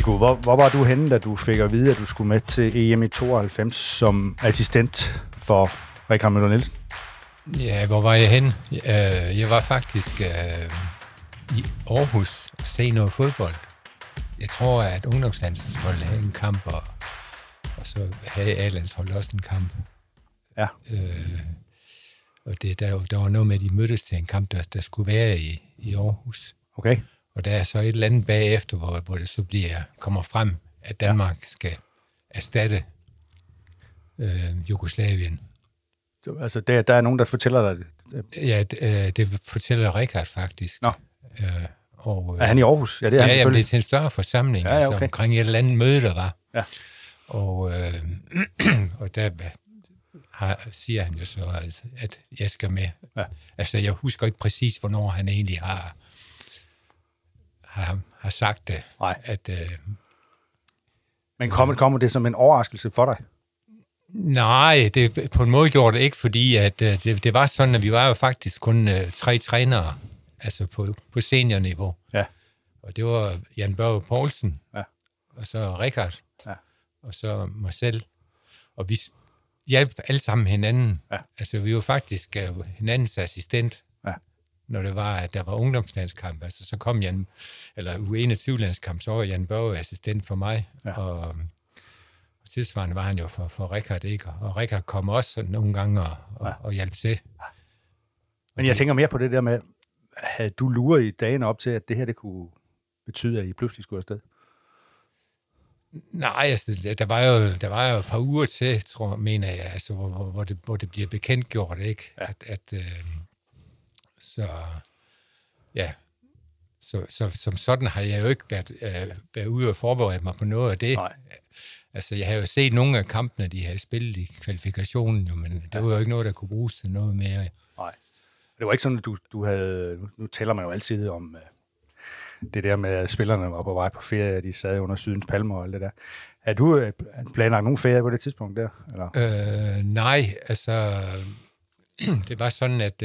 hvor var du henne, da du fik at vide, at du skulle med til EM i 92 som assistent for Richard Møller Nielsen? Ja, hvor var jeg henne? Jeg var faktisk i Aarhus og se noget fodbold. Jeg tror, at ungdomslandsholdet havde en kamp, og så havde A-landsholdet også en kamp. Ja. Og der var noget med, at de mødtes til en kamp, der skulle være i Aarhus. Okay. Og der er så et eller andet bagefter, hvor det så kommer frem, at Danmark skal erstatte Jugoslavien. Altså, der er nogen, der fortæller dig det? Ja, det fortæller Richard faktisk. Nå. Og, er han i Aarhus? Ja, det er han jamen, det er til en større forsamling, ja, okay. altså, omkring et eller andet møde, der var. Ja. Og der siger han jo så, at jeg skal med. Ja. Altså, jeg husker ikke præcis, hvornår han egentlig har sagt det. Nej. At, men kommer det som en overraskelse for dig? Nej, det på en måde gjorde det ikke, fordi at, det var sådan, at vi var jo faktisk kun 3 trænere, altså på seniorniveau. Ja. Og det var Jan Børge Poulsen, og så Richard, og så mig selv. Og vi hjalp alle sammen hinanden. Ja. Altså, vi var faktisk hinandens assistent, når det var, at der var ungdomslandskamp. Altså, så kom U21-landskamp, så var Jan Børge assistent for mig, og tilsvarende var han jo for Richard, ikke? Og Richard kom også nogle gange og hjalp til. Men jeg tænker mere på det der med, havde du luret i dagen op til, at det her det kunne betyde, at I pludselig skulle afsted? Nej, altså, der var jo et par uger til, mener jeg, altså, hvor det bliver bekendtgjort, ikke? Så som sådan har jeg jo ikke været ude og forberede mig på noget af det. Nej. Altså, jeg har jo set nogle af kampene, de havde spillet i kvalifikationen, jo, men det var jo ikke noget, der kunne bruges til noget mere. Nej. Det var ikke sådan, at du havde... Nu tæller man jo altid om det der med, at spillerne var på vej på ferie, de sad under Sydens Palmer og alt det der. Er du planlagt nogen ferie på det tidspunkt der? Eller? Nej, altså... det var sådan, at...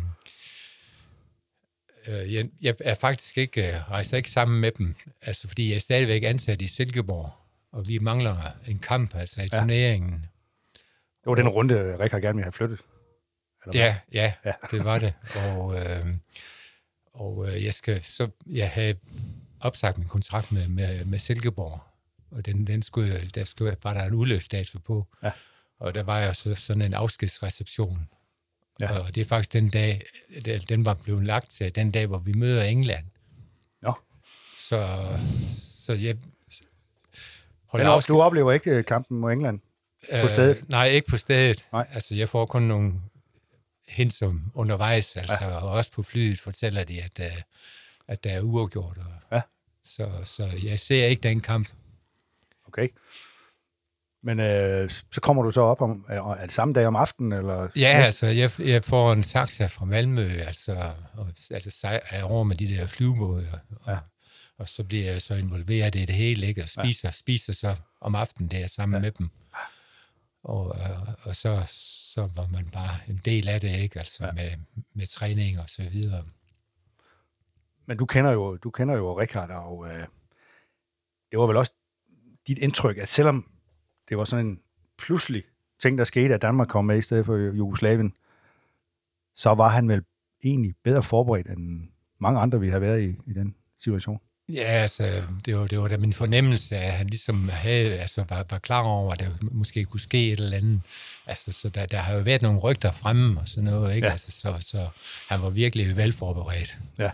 jeg er faktisk ikke rejser ikke sammen med dem, altså fordi jeg er stadigvæk ansat i Silkeborg, og vi mangler en kamp, altså i turneringen. Det var den runde, Richard gerne ville have flyttet? Ja, det var det. Og jeg havde opsagt min kontrakt med Silkeborg, og var der en udløbsdato på. Ja. Og der var jo sådan en afskedsreception. Ja. Og det er faktisk den dag, den var blevet lagt til den dag, hvor vi møder England. Ja. Så jeg... Du oplever ikke kampen mod England på stedet? Nej, ikke på stedet. Nej. Altså, jeg får kun nogle hints om undervejs, altså, og også på flyet fortæller de, at der er uafgjort. Så jeg ser ikke den kamp. Okay. Men så kommer du så op er det samme dag om aftenen? Eller? Ja, altså, jeg får en taxa fra Malmø, altså er over med de der flyvebåde, og så bliver jeg så involveret i det hele, ikke? Og spiser så om aftenen der sammen med dem. Og så var man bare en del af det, ikke? Altså med træning og så videre. Men du kender jo Richard, og det var vel også dit indtryk, at selvom det var sådan en pludselig ting, der skete, at Danmark kom med i stedet for Jugoslavien, så var han vel egentlig bedre forberedt end mange andre, vi har været i den situation. Ja, altså, det var da min fornemmelse, at han ligesom var klar over, at der måske kunne ske et eller andet. Altså, så der har jo været nogle rygter fremme og sådan noget, ikke? Ja. Altså, så han var virkelig velforberedt. Ja.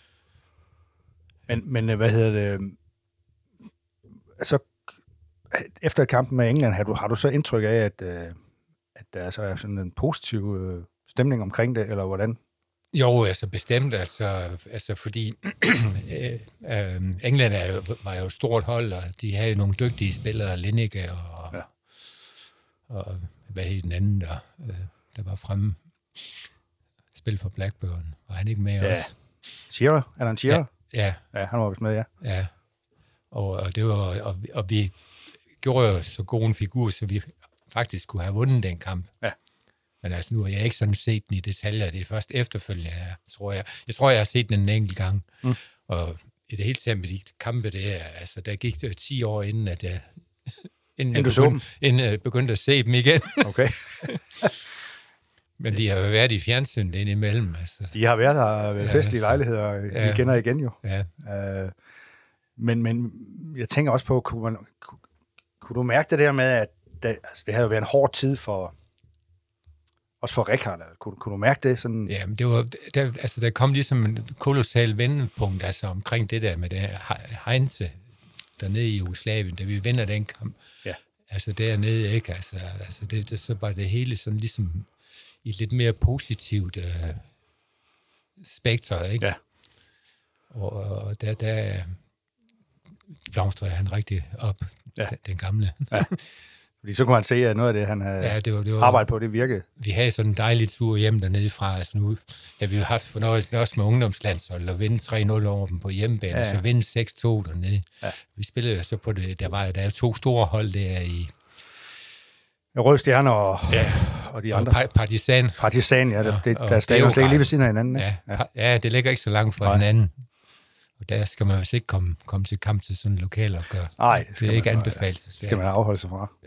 Men hvad hedder det? Altså, efter kampen med England, har du så indtryk af, at der er sådan en positiv stemning omkring det, eller hvordan? Jo, altså bestemt, altså fordi England var jo et stort hold, og de havde nogle dygtige spillere, Lineker og hvad hed den anden, der var fremme, spil for Blackburn. Var han ikke med også? Shearer? Alan Shearer? Ja, han var vist med, ja. Og det var, og vi gjorde jo så god en figur, så vi faktisk kunne have vundet den kamp. Ja. Men altså, nu har jeg ikke sådan set den i detaljer. Det er først efterfølgende, tror jeg. Jeg tror, jeg har set den en enkelt gang. Og i det hele taget med de kampe, altså, der gik det 10 år inden, at jeg... Inden jeg begyndte at se dem igen. Okay. Men de har jo været i fjernsynet indimellem. Altså. De har været der ved festlige lejligheder igen og igen jo. Ja. Men jeg tænker også på, kunne du mærke det der med, at det havde været en hård tid for Richard? Kunne du mærke det? Sådan? Ja, men det var, der kom ligesom en kolossal vendepunkt altså, omkring det der med det her Heinze dernede i Jugoslavien, da vi vinder den kamp. Ja. Altså dernede, ikke? Altså så var det hele sådan ligesom i lidt mere positivt spektrum, ikke? Ja. Og der blomstrede han rigtig op, den gamle. Ja. Fordi så kunne han se, at noget af det, han havde det var, arbejdet på, det virkede. Vi havde sådan en dejlig tur hjem dernede fra. Altså nu har vi jo haft fornøjelsen også med ungdomslandshold og vinde 3-0 over dem på hjemmebane, og så vinde 6-2 dernede. Ja. Vi spillede jo så på det, der er 2 store hold der i... Røde Stjerne og de andre. Og Partizan. Partizan, ja. Der stadion ligger lige ved siden af hinanden. Ja, det ligger ikke så langt fra hinanden. Og der skal man vist ikke komme til kamp til sådan en lokal og gøre. Nej, det er ikke anbefalt. Det skal man afholde sig fra.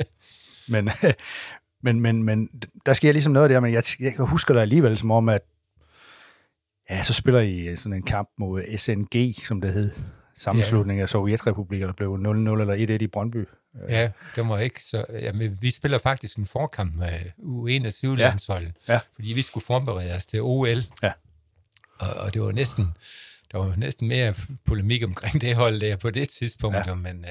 men der sker ligesom noget der, men jeg husker det alligevel som om, at så spiller I sådan en kamp mod SNG, som det hed. Sammenslutning af Sovjetrepublikker, der blev 0-0 eller 1-1 i Brøndby. Ja, det var ikke så... Jamen, vi spiller faktisk en forkamp med U21-landsholdet, fordi vi skulle forberede os til OL. Ja. Og det var næsten... Der var næsten mere polemik omkring det hold der på det tidspunkt, men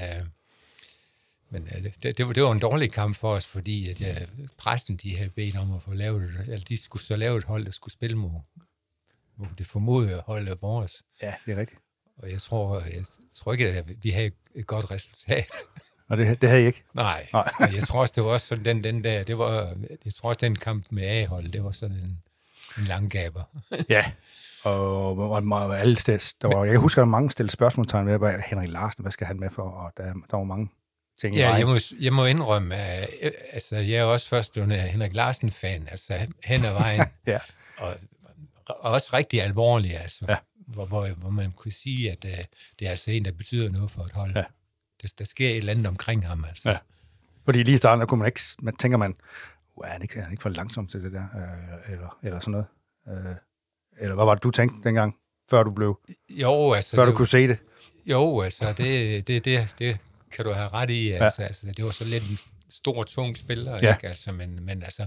det var en dårlig kamp for os, fordi at pressen de havde bedt om at få lavet, eller de skulle så lave et hold, der skulle spille mod det formodede hold af vores. Ja, det er rigtigt. Og jeg tror ikke, at vi havde et godt resultat. Og det havde I ikke? Nej. Jeg tror også, det var også sådan den der, jeg tror også, den kamp med A-hold, det var sådan en langgaber. Ja. Og alle steds, jeg kan huske, at mange stillede spørgsmålstegn ved, Henrik Larsen, hvad skal han med for? Og der var mange ting. Ja, jeg må indrømme, altså jeg er også først blevet Henrik Larsen-fan, altså hen ad vejen. og også rigtig alvorlig, altså. Hvor man kunne sige, at det er altså en, der betyder noget for et hold. Ja. Der sker et eller andet omkring ham, altså. Ja. Fordi lige i starten, der kunne man tænker man, er han ikke for langsom til det der? Eller sådan noget. Eller hvad var det, du tænkte dengang, før du blev... Jo, altså... Før du kunne se det? Jo, altså, det kan du have ret i. Altså, det var så lidt en stor, tung spiller, ikke? Altså, men altså...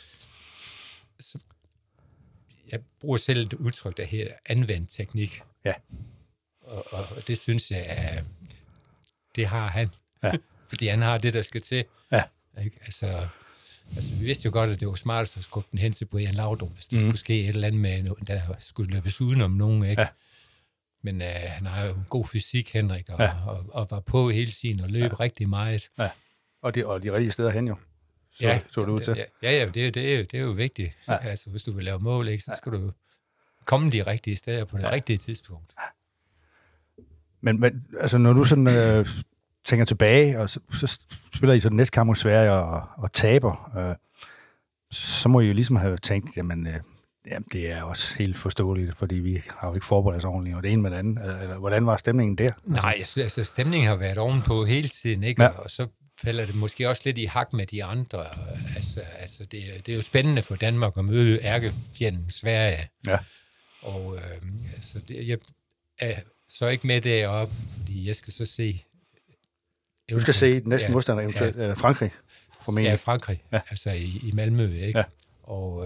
Så, jeg bruger selv et udtryk, der hedder anvendt teknik. Ja. Og det synes jeg, det har han. Ja. Fordi han har det, der skal til. Ja. Ikke? Altså, vi vidste jo godt, at det var smart at skubbe den hen til Brian Laudrup, hvis der skulle ske et eller andet med, der skulle løbes udenom nogen, ikke? Ja. Men han har jo en god fysik, Henrik, og var på hele tiden og løb rigtig meget. Ja. Og de rigtige steder hen jo. Så det ud til. Ja, det er jo vigtigt. Ja. Altså, hvis du vil lave mål, ikke, så skal du komme de rigtige steder på det rigtige tidspunkt. Men altså, når du sådan... tænker tilbage, og så spiller I så den næste kamp mod Sverige og taber, så må I jo ligesom have tænkt, jamen det er også helt forståeligt, fordi vi har jo ikke forberedt os ordentligt, og det ene med det andet. Eller, hvordan var stemningen der? Nej, altså stemningen har været ovenpå hele tiden, ikke? Ja. Og så falder det måske også lidt i hak med de andre. Altså det er jo spændende for Danmark at møde ærkefjenden Sverige. Ja. Og jeg er så ikke med deroppe, fordi jeg skal så se... Du skal se den næste modstander, eventuelt Frankrig. Formentlig. Ja, Frankrig, altså i Malmø, ikke? Ja. Og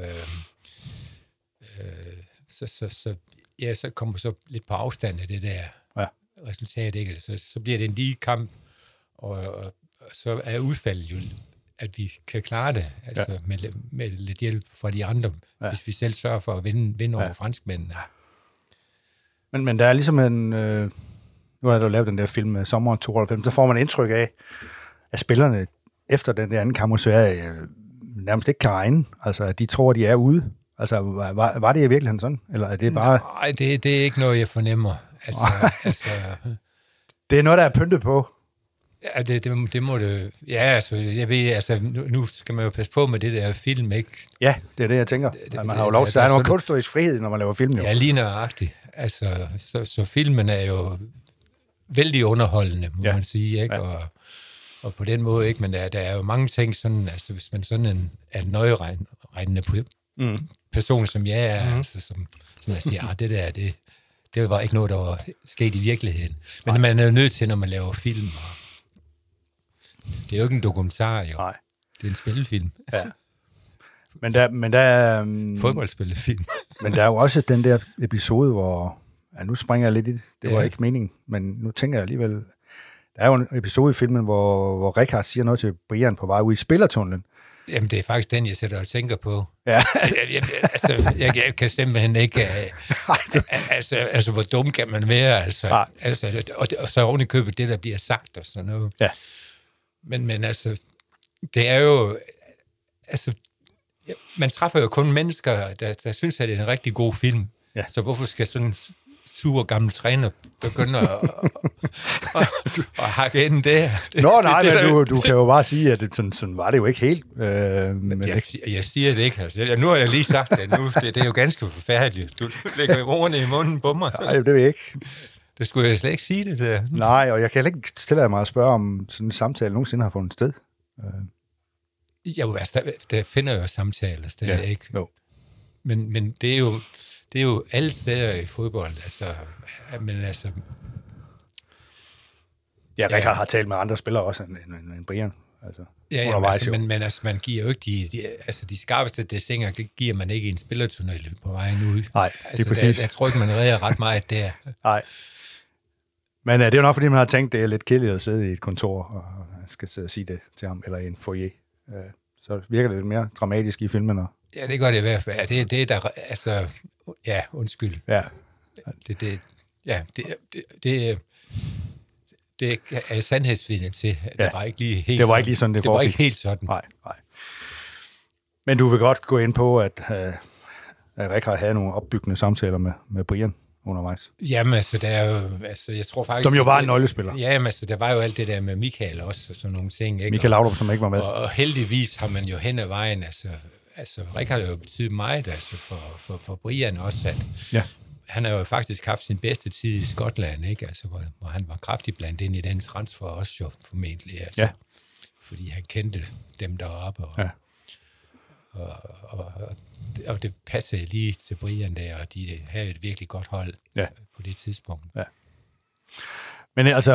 så kommer så lidt på afstand af det der resultat, ikke? Så bliver det en lige kamp, og så er udfaldet jo, at vi kan klare det, altså med lidt hjælp fra de andre, hvis vi selv sørger for at vinde over franskmændene. Men der er ligesom en... Nu har du lavet den der film med sommeren 92, så får man indtryk af, at spillerne efter den der anden kamp mod Sverige nærmest ikke kan regne. Altså, at de tror, at de er ude. Altså, var det i virkeligheden sådan? Eller er det bare... Nej, det er ikke noget, jeg fornemmer. Altså, det er noget, der er pyntet på. Ja, det må det... Ja, altså, jeg ved, altså, nu skal man jo passe på med det der film, ikke? Ja, det er det, jeg tænker. Man har jo lov til... Der er noget kunstnerisk frihed, når man laver film, jo. Ja, lige nøjagtigt. Altså, så filmen er jo vældig underholdende, må man sige, ikke? Ja. Og på den måde, ikke? Men der er jo mange ting sådan, altså hvis man sådan er en nøjeregnende person, som jeg er, altså, som jeg siger, det var ikke noget, der var sket i virkeligheden. Men man er jo nødt til, når man laver film, og det er jo ikke en dokumentar, jo. Nej. Det er en spillefilm. Ja. Men der fodboldspillefilm. Men der er jo også den der episode, hvor... Ja, nu springer jeg lidt i det. Det var ikke meningen, men nu tænker jeg alligevel... Der er jo en episode i filmen, hvor Richard siger noget til Brian på vej ud i spillertunnelen. Jamen, det er faktisk den, jeg sætter og tænker på. Ja. Jeg kan simpelthen ikke... altså, hvor dum kan man være? Altså, og så oven i købet det, der bliver sagt og sådan noget. Ja. Men altså, det er jo... Altså, man træffer jo kun mennesker, der synes, at det er en rigtig god film. Ja. Så hvorfor skal sådan en sur gammel træner begynde at hakke ind der? Men du kan jo bare sige, at sådan var det jo ikke helt. Jeg siger det ikke. Altså. Nu har jeg lige sagt det. Det er jo ganske forfærdeligt. Du lægger ordene i munden på mig. Nej, det vil jeg ikke. Det skulle jeg slet ikke sige det der. Nej, og jeg kan ikke stille mig at spørge, om sådan en samtale nogensinde har fundet sted. Jo, altså, der finder jo samtaler stadig, ikke? Jo. Men det er jo alle steder i fodbold, altså, men altså... Ja, Richard har talt med andre spillere også end Brian, altså. Men altså, man giver jo ikke de skarpeste dessinger, det giver man ikke i en spillertunnel på vejen ud. Nej, det er præcis. Jeg tror ikke, man redder ret meget der. Nej. Men det er jo nok, fordi man har tænkt, det er lidt kedeligt at sidde i et kontor og skal sidde og sige det til ham, eller i en foyer. Så virker det lidt mere dramatisk i filmen. Ja, det gør det i hvert fald. Ja, det er der, altså, ja, undskyld. Ja. Det er sandhedsvidne til. Det var ikke lige helt. Det var ikke lige sådan, det var ikke helt sådan. Nej. Men du vil godt gå ind på, at Richard havde nogle opbyggende samtaler med Brian undervejs. Jamen, altså, der er jo, altså, jeg tror faktisk... Som jo var en nøglespiller. Jamen, altså, der var jo alt det der med Michael også, og sådan nogle ting, ikke? Michael Laudrup, som ikke var med. Og heldigvis har man jo hen ad vejen, altså Richard har jo betydet meget, altså, for Brian også, at han har jo faktisk haft sin bedste tid i Skotland, ikke? Altså, hvor han var kraftigt blandt ind i den transfer også, jo, formentlig, altså. Ja. Fordi han kendte dem deroppe, og det passede lige til Brian der, og de havde et virkelig godt hold på det tidspunkt. Ja. Men altså,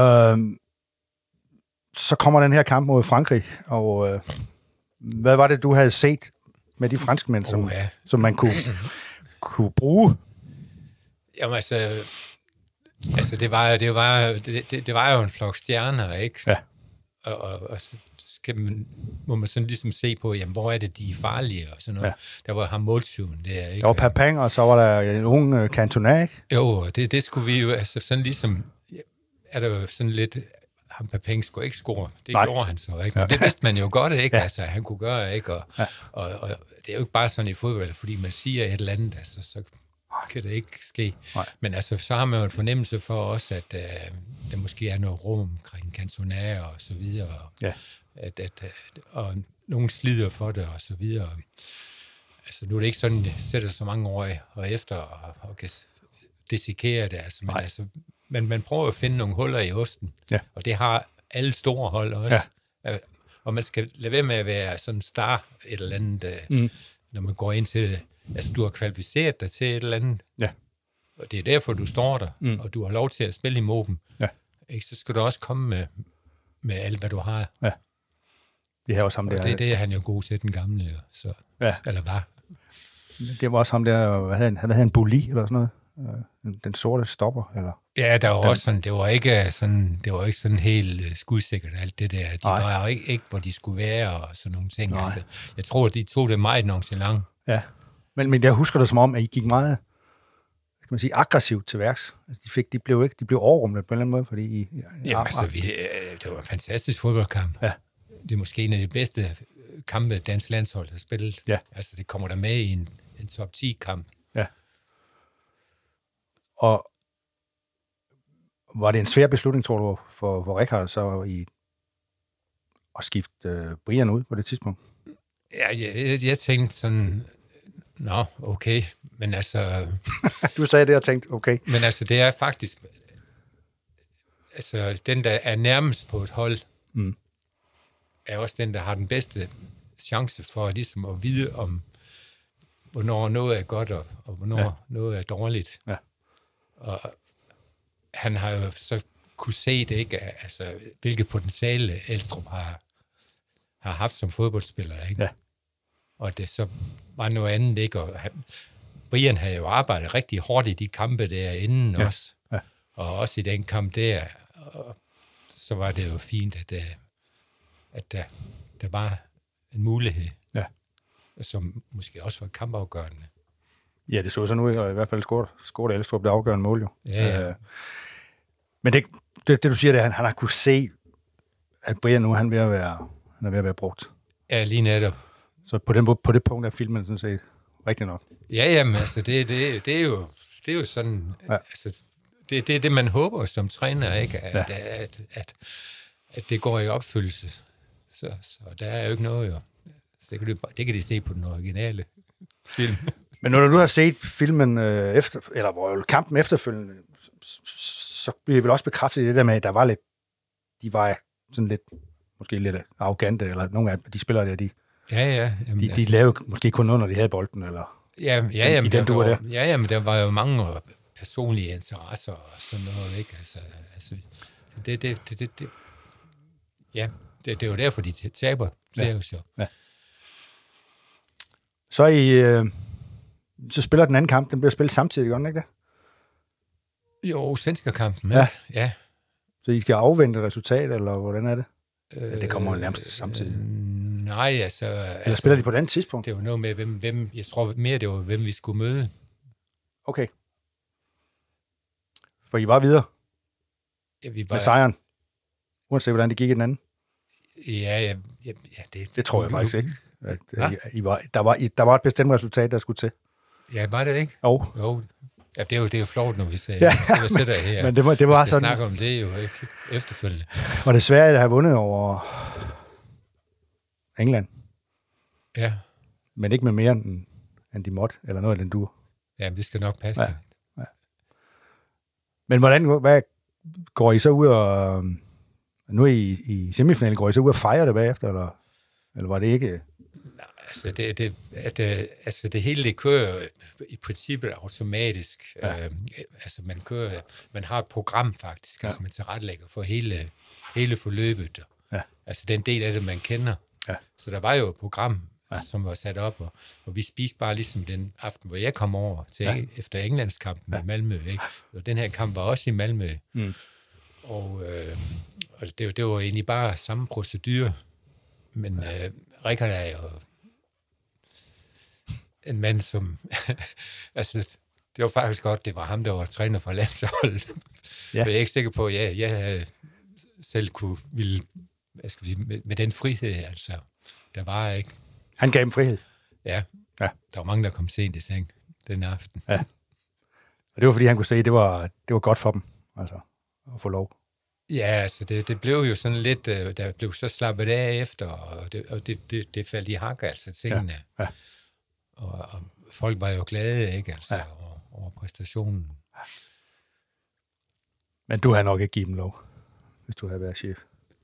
så kommer den her kamp mod Frankrig, og hvad var det, du havde set med de franskmænd, som man kunne bruge? Jamen altså det var jo en flok stjerner, ikke? Ja. Og så må man sådan ligesom se på, jamen, hvor er det, de er farlige, og sådan noget. Ja. Der var ham måltyven der, ikke? Der var Papin, og så var der en ung Cantona, ikke? Jo, det skulle vi jo, altså sådan ligesom, er der jo sådan lidt, ham Papin skulle ikke score, det gjorde han så, ikke? Men det vidste man jo godt, ikke? Ja. Altså, han kunne gøre, ikke? Og det er jo ikke bare sådan i fodbold, fordi man siger et eller andet, altså, så kan det ikke ske. Nej. Men altså, så har man jo en fornemmelse for også, at der måske er noget rum omkring Cantona og så videre. Ja. Og nogen slider for det og så videre. Altså, nu er det ikke sådan, at sætter så mange år og efter og kan dissekere det. Altså, men man prøver at finde nogle huller i osten. Ja. Og det har alle store hold også. Ja. Og man skal lade være med at være sådan star et eller andet, når man går ind til det. Altså, du har kvalificeret dig til et eller andet. Ja. Og det er derfor, du står der, og du har lov til at spille i Moben. Ja. Ikke? Så skal du også komme med alt, hvad du har. Ja. Vi har også ham der. Det er han jo god til, den gamle. Så. Ja. Eller var. Det var også ham der, han havde en Boli eller sådan noget. Den sorte stopper, eller? Ja, der var også sådan, det var ikke sådan helt skudsikkert, alt det der. De var jo ikke, hvor de skulle være, og sådan nogle ting. Altså, jeg tror, de tog det meget nonchalant. Ja. Men jeg husker det som om, at I gik meget, kan man sige, aggressivt til værks. Altså, de blev overrumlet på en eller anden måde, fordi det var en fantastisk fodboldkamp. Ja. Det er måske en af de bedste kampe, dansk landshold har spillet. Ja. Altså, det kommer der med i en top 10-kamp. Ja. Og var det en svær beslutning, tror du, for Richard så at skifte Brian ud på det tidspunkt? Ja, jeg tænkte sådan, okay, men altså... Du sagde det og tænkte, okay. Men altså, det er faktisk... altså den, der er nærmest på et hold, er også den, der har den bedste chance for ligesom at vide om, hvornår noget er godt, og hvornår noget er dårligt. Ja. Og han har jo så kunne se det, ikke? Altså, hvilket potentiale Elstrup har haft som fodboldspiller, ikke? Ja. Og det så var noget andet, ikke? Og Brian havde jo arbejdet rigtig hårdt i de kampe derinde også. Ja. Og også i den kamp der. Og så var det jo fint, at der var en mulighed, som måske også var kampafgørende. Ja, det så sådan ud, og i hvert fald scorede Elstrup det afgørende mål jo. Ja. Men det du siger, det er, at han har kunne se, at Brian nu han er ved at være brugt. Ja, lige netop. Så på det punkt er filmen sådan set rigtig nok. Ja, jamen, altså, det er jo sådan, altså, det er det, man håber som træner, ikke? At det går i opfyldelse. Så der er jo ikke noget, jo. Så det kan de se på den originale film. Men når du har set filmen kampen efterfølgende, så bliver vi vel også bekræftet i det der med, at der var lidt, de var sådan lidt, måske lidt arrogante, eller nogle af de spillere der, Jamen, de lavede måske kun noget, når de havde bolden, eller jamen, men der var jo mange personlige interesser og sådan noget, ikke? Altså det er jo derfor, de taber seriøst jo. Ja. Så spiller den anden kamp, den bliver spillet samtidig, gør den ikke det? Jo, svenskerkampen, ja. Så I skal afvente resultat, eller hvordan er det? Det kommer jo nærmest samtidig. Nej, altså... Eller spiller de på et andet tidspunkt? Det var noget med, hvem jeg tror mere, det var, hvem vi skulle møde. Okay. For I var videre? Ja, vi var... Med sejren? Uanset hvordan det gik i den anden? Ja, det tror jeg faktisk ikke. Der var et bestemt resultat, der skulle til. Ja, var det ikke? Jo. Ja, det er jo flot, når vi sætter her. Men det var sådan... snakke om det jo ikke efterfølgende. Var det Sverige, der har vundet over England? Ja. Men ikke med mere, end de måtte, eller noget af den dur. Ja, det skal nok passe. Ja. Men hvad går I så ud og... Nu i semifinalen, går I så ud og fejre det bagefter, eller var det ikke... Altså det hele det kører i princippet automatisk. Ja. Man har et program faktisk, altså man tilrettelægger for hele forløbet. Ja. Altså den del af det, man kender. Ja. Så der var jo et program, som var sat op, og vi spiste bare ligesom den aften, hvor jeg kom over til efter Englandskampen i Malmø. Ikke? Og den her kamp var også i Malmø. Mm. Og det var egentlig bare samme procedure. Men Richard er jo en mand, som... altså, det var faktisk godt, det var ham, der var træner for landsholdet. Ja. Jeg er ikke sikker på, at jeg selv ville med den frihed, altså, der var ikke... Han gav dem frihed? Ja. Der var mange, der kom sent i seng den aften. Ja. Og det var, fordi han kunne se, at det var godt for dem, altså, at få lov. Ja, altså, det blev jo sådan lidt... Der blev så slappet af efter, og det faldt i hak, altså, tingene. Ja. Og folk var jo glade, ikke, altså, over præstationen. Men du har nok ikke givet dem lov, hvis du havde været chef.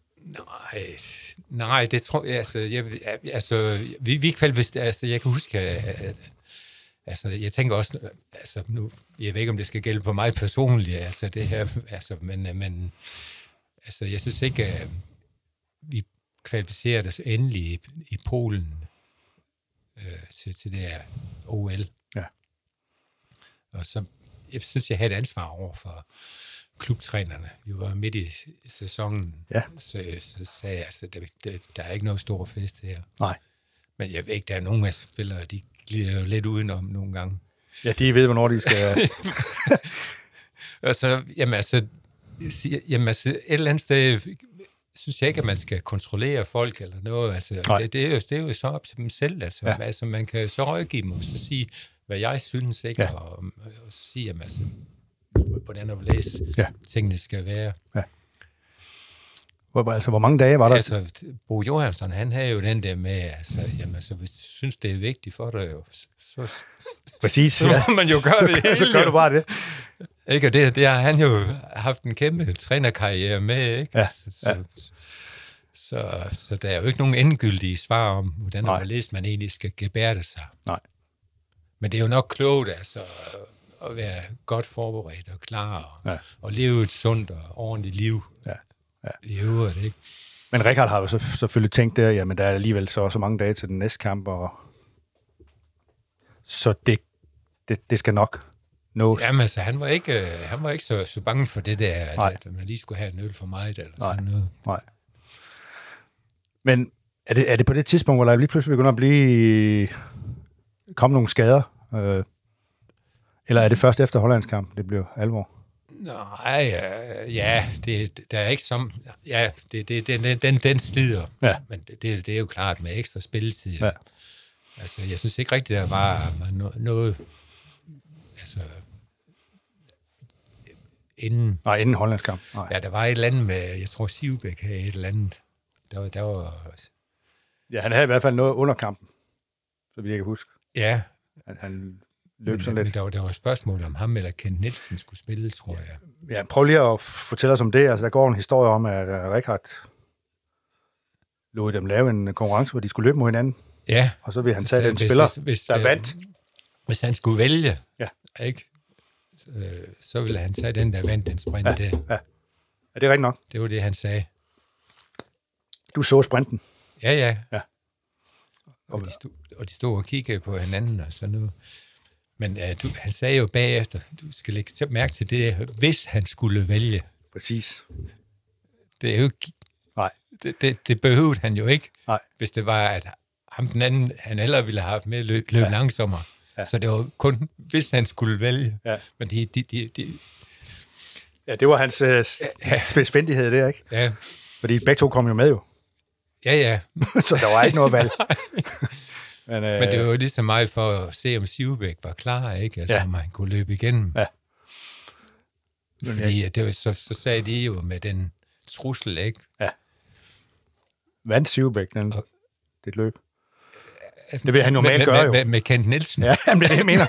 Nej, det tror jeg, vi kvalificerede, altså, jeg kan huske, altså, jeg tænker også, altså, nu, jeg ved ikke, om det skal gælde på mig personligt, altså, det her, altså, men altså, jeg synes ikke, at vi kvalificerede os endelig i Polen til det her OL. Ja. Og så, jeg synes, jeg havde et ansvar over for klubtrænerne. Vi var midt i sæsonen, så sagde jeg, altså, der er ikke noget stor fest her. Nej. Men jeg ved ikke, der er nogle af spillere, de glider jo lidt udenom nogle gange. Ja, de ved, hvornår de skal... Og så, jamen altså, et eller andet sted, synes jeg ikke, at man skal kontrollere folk eller noget. Altså, det er jo så op til dem selv. Altså, altså man kan så rådgive dem og så sige, hvad jeg synes, ikke? Og så sige, jamen, altså, hvordan og hvorledes tingene skal være. Ja. Hvor mange dage var der? Altså, Bo Johansson, han havde jo den der med, altså, jamen, altså, hvis du synes, det er vigtigt for dig, jo, så præcis, så må man jo gøre det hele. Så gør du bare det. Ikke? Og det har han jo haft en kæmpe trænerkarriere med, ikke? Ja. Så der er jo ikke nogen endegyldige svar om, hvordan man egentlig skal gebærde sig. Nej. Men det er jo nok klogt, altså, at være godt forberedt og klar, og leve et sundt og ordentligt liv. Ja. I øvrigt, ikke? Men Richard har jo selvfølgelig tænkt der, jamen der er alligevel så mange dage til den næste kamp, og så det skal nok nås. Jamen altså, han var ikke så bange for det der, at man lige skulle have en øl for meget, eller sådan noget. Nej. Men er det på det tidspunkt, hvor der lige pludselig begynder at komme nogle skader? Eller er det først efter Hollandskamp, det bliver alvor? Nej, der er ikke som... Ja, den slider. Ja. Men det er jo klart med ekstra spilletid. Ja. Altså, jeg synes ikke rigtigt, der var noget... Altså... Inden Hollandskamp. Nej. Ja, der var et eller andet med... Jeg tror, Sivbæk havde et eller andet. Der var... Ja, han havde i hvert fald noget under kampen, så vidt jeg kan huske. Ja. Han løb sådan lidt. Men der var spørgsmål om ham eller Kent Nielsen skulle spille, tror jeg. Ja, prøv lige at fortælle os om det. Altså, der går en historie om, at Richard lod dem lave en konkurrence, hvor de skulle løbe mod hinanden. Ja. Og så vil han tage den spiller, der vandt. Hvis han skulle vælge, ikke? Så ville han tage den, der vandt den sprint der. Ja. Er det rigtigt nok? Det var det, han sagde. Du så sprinten? Ja. Og de stod og kiggede på hinanden og sådan noget. Men han sagde jo bagefter, du skal lægge mærke til det, hvis han skulle vælge. Præcis. Det er jo ikke... Nej. Det behøvede han jo ikke, Nej. Hvis det var, at ham den anden, han ellers ville have haft med løb langsommere. Ja. Så det var kun, hvis han skulle vælge. Ja. Men Ja, det var hans spidsfindighed der, ikke? Ja. Fordi begge to kom jo med jo. Ja. Så der var ikke noget valg. Men det var jo lige så meget for at se, om Sivbæk var klar, ikke? Altså, om han kunne løbe igennem. Ja. Fordi det var, så sagde de jo med den trussel, ikke? Ja. Vandt Sivbæk det løb? Det vil han normalt gøre jo. Med Kent Nielsen. Ja, det er det, jeg mener.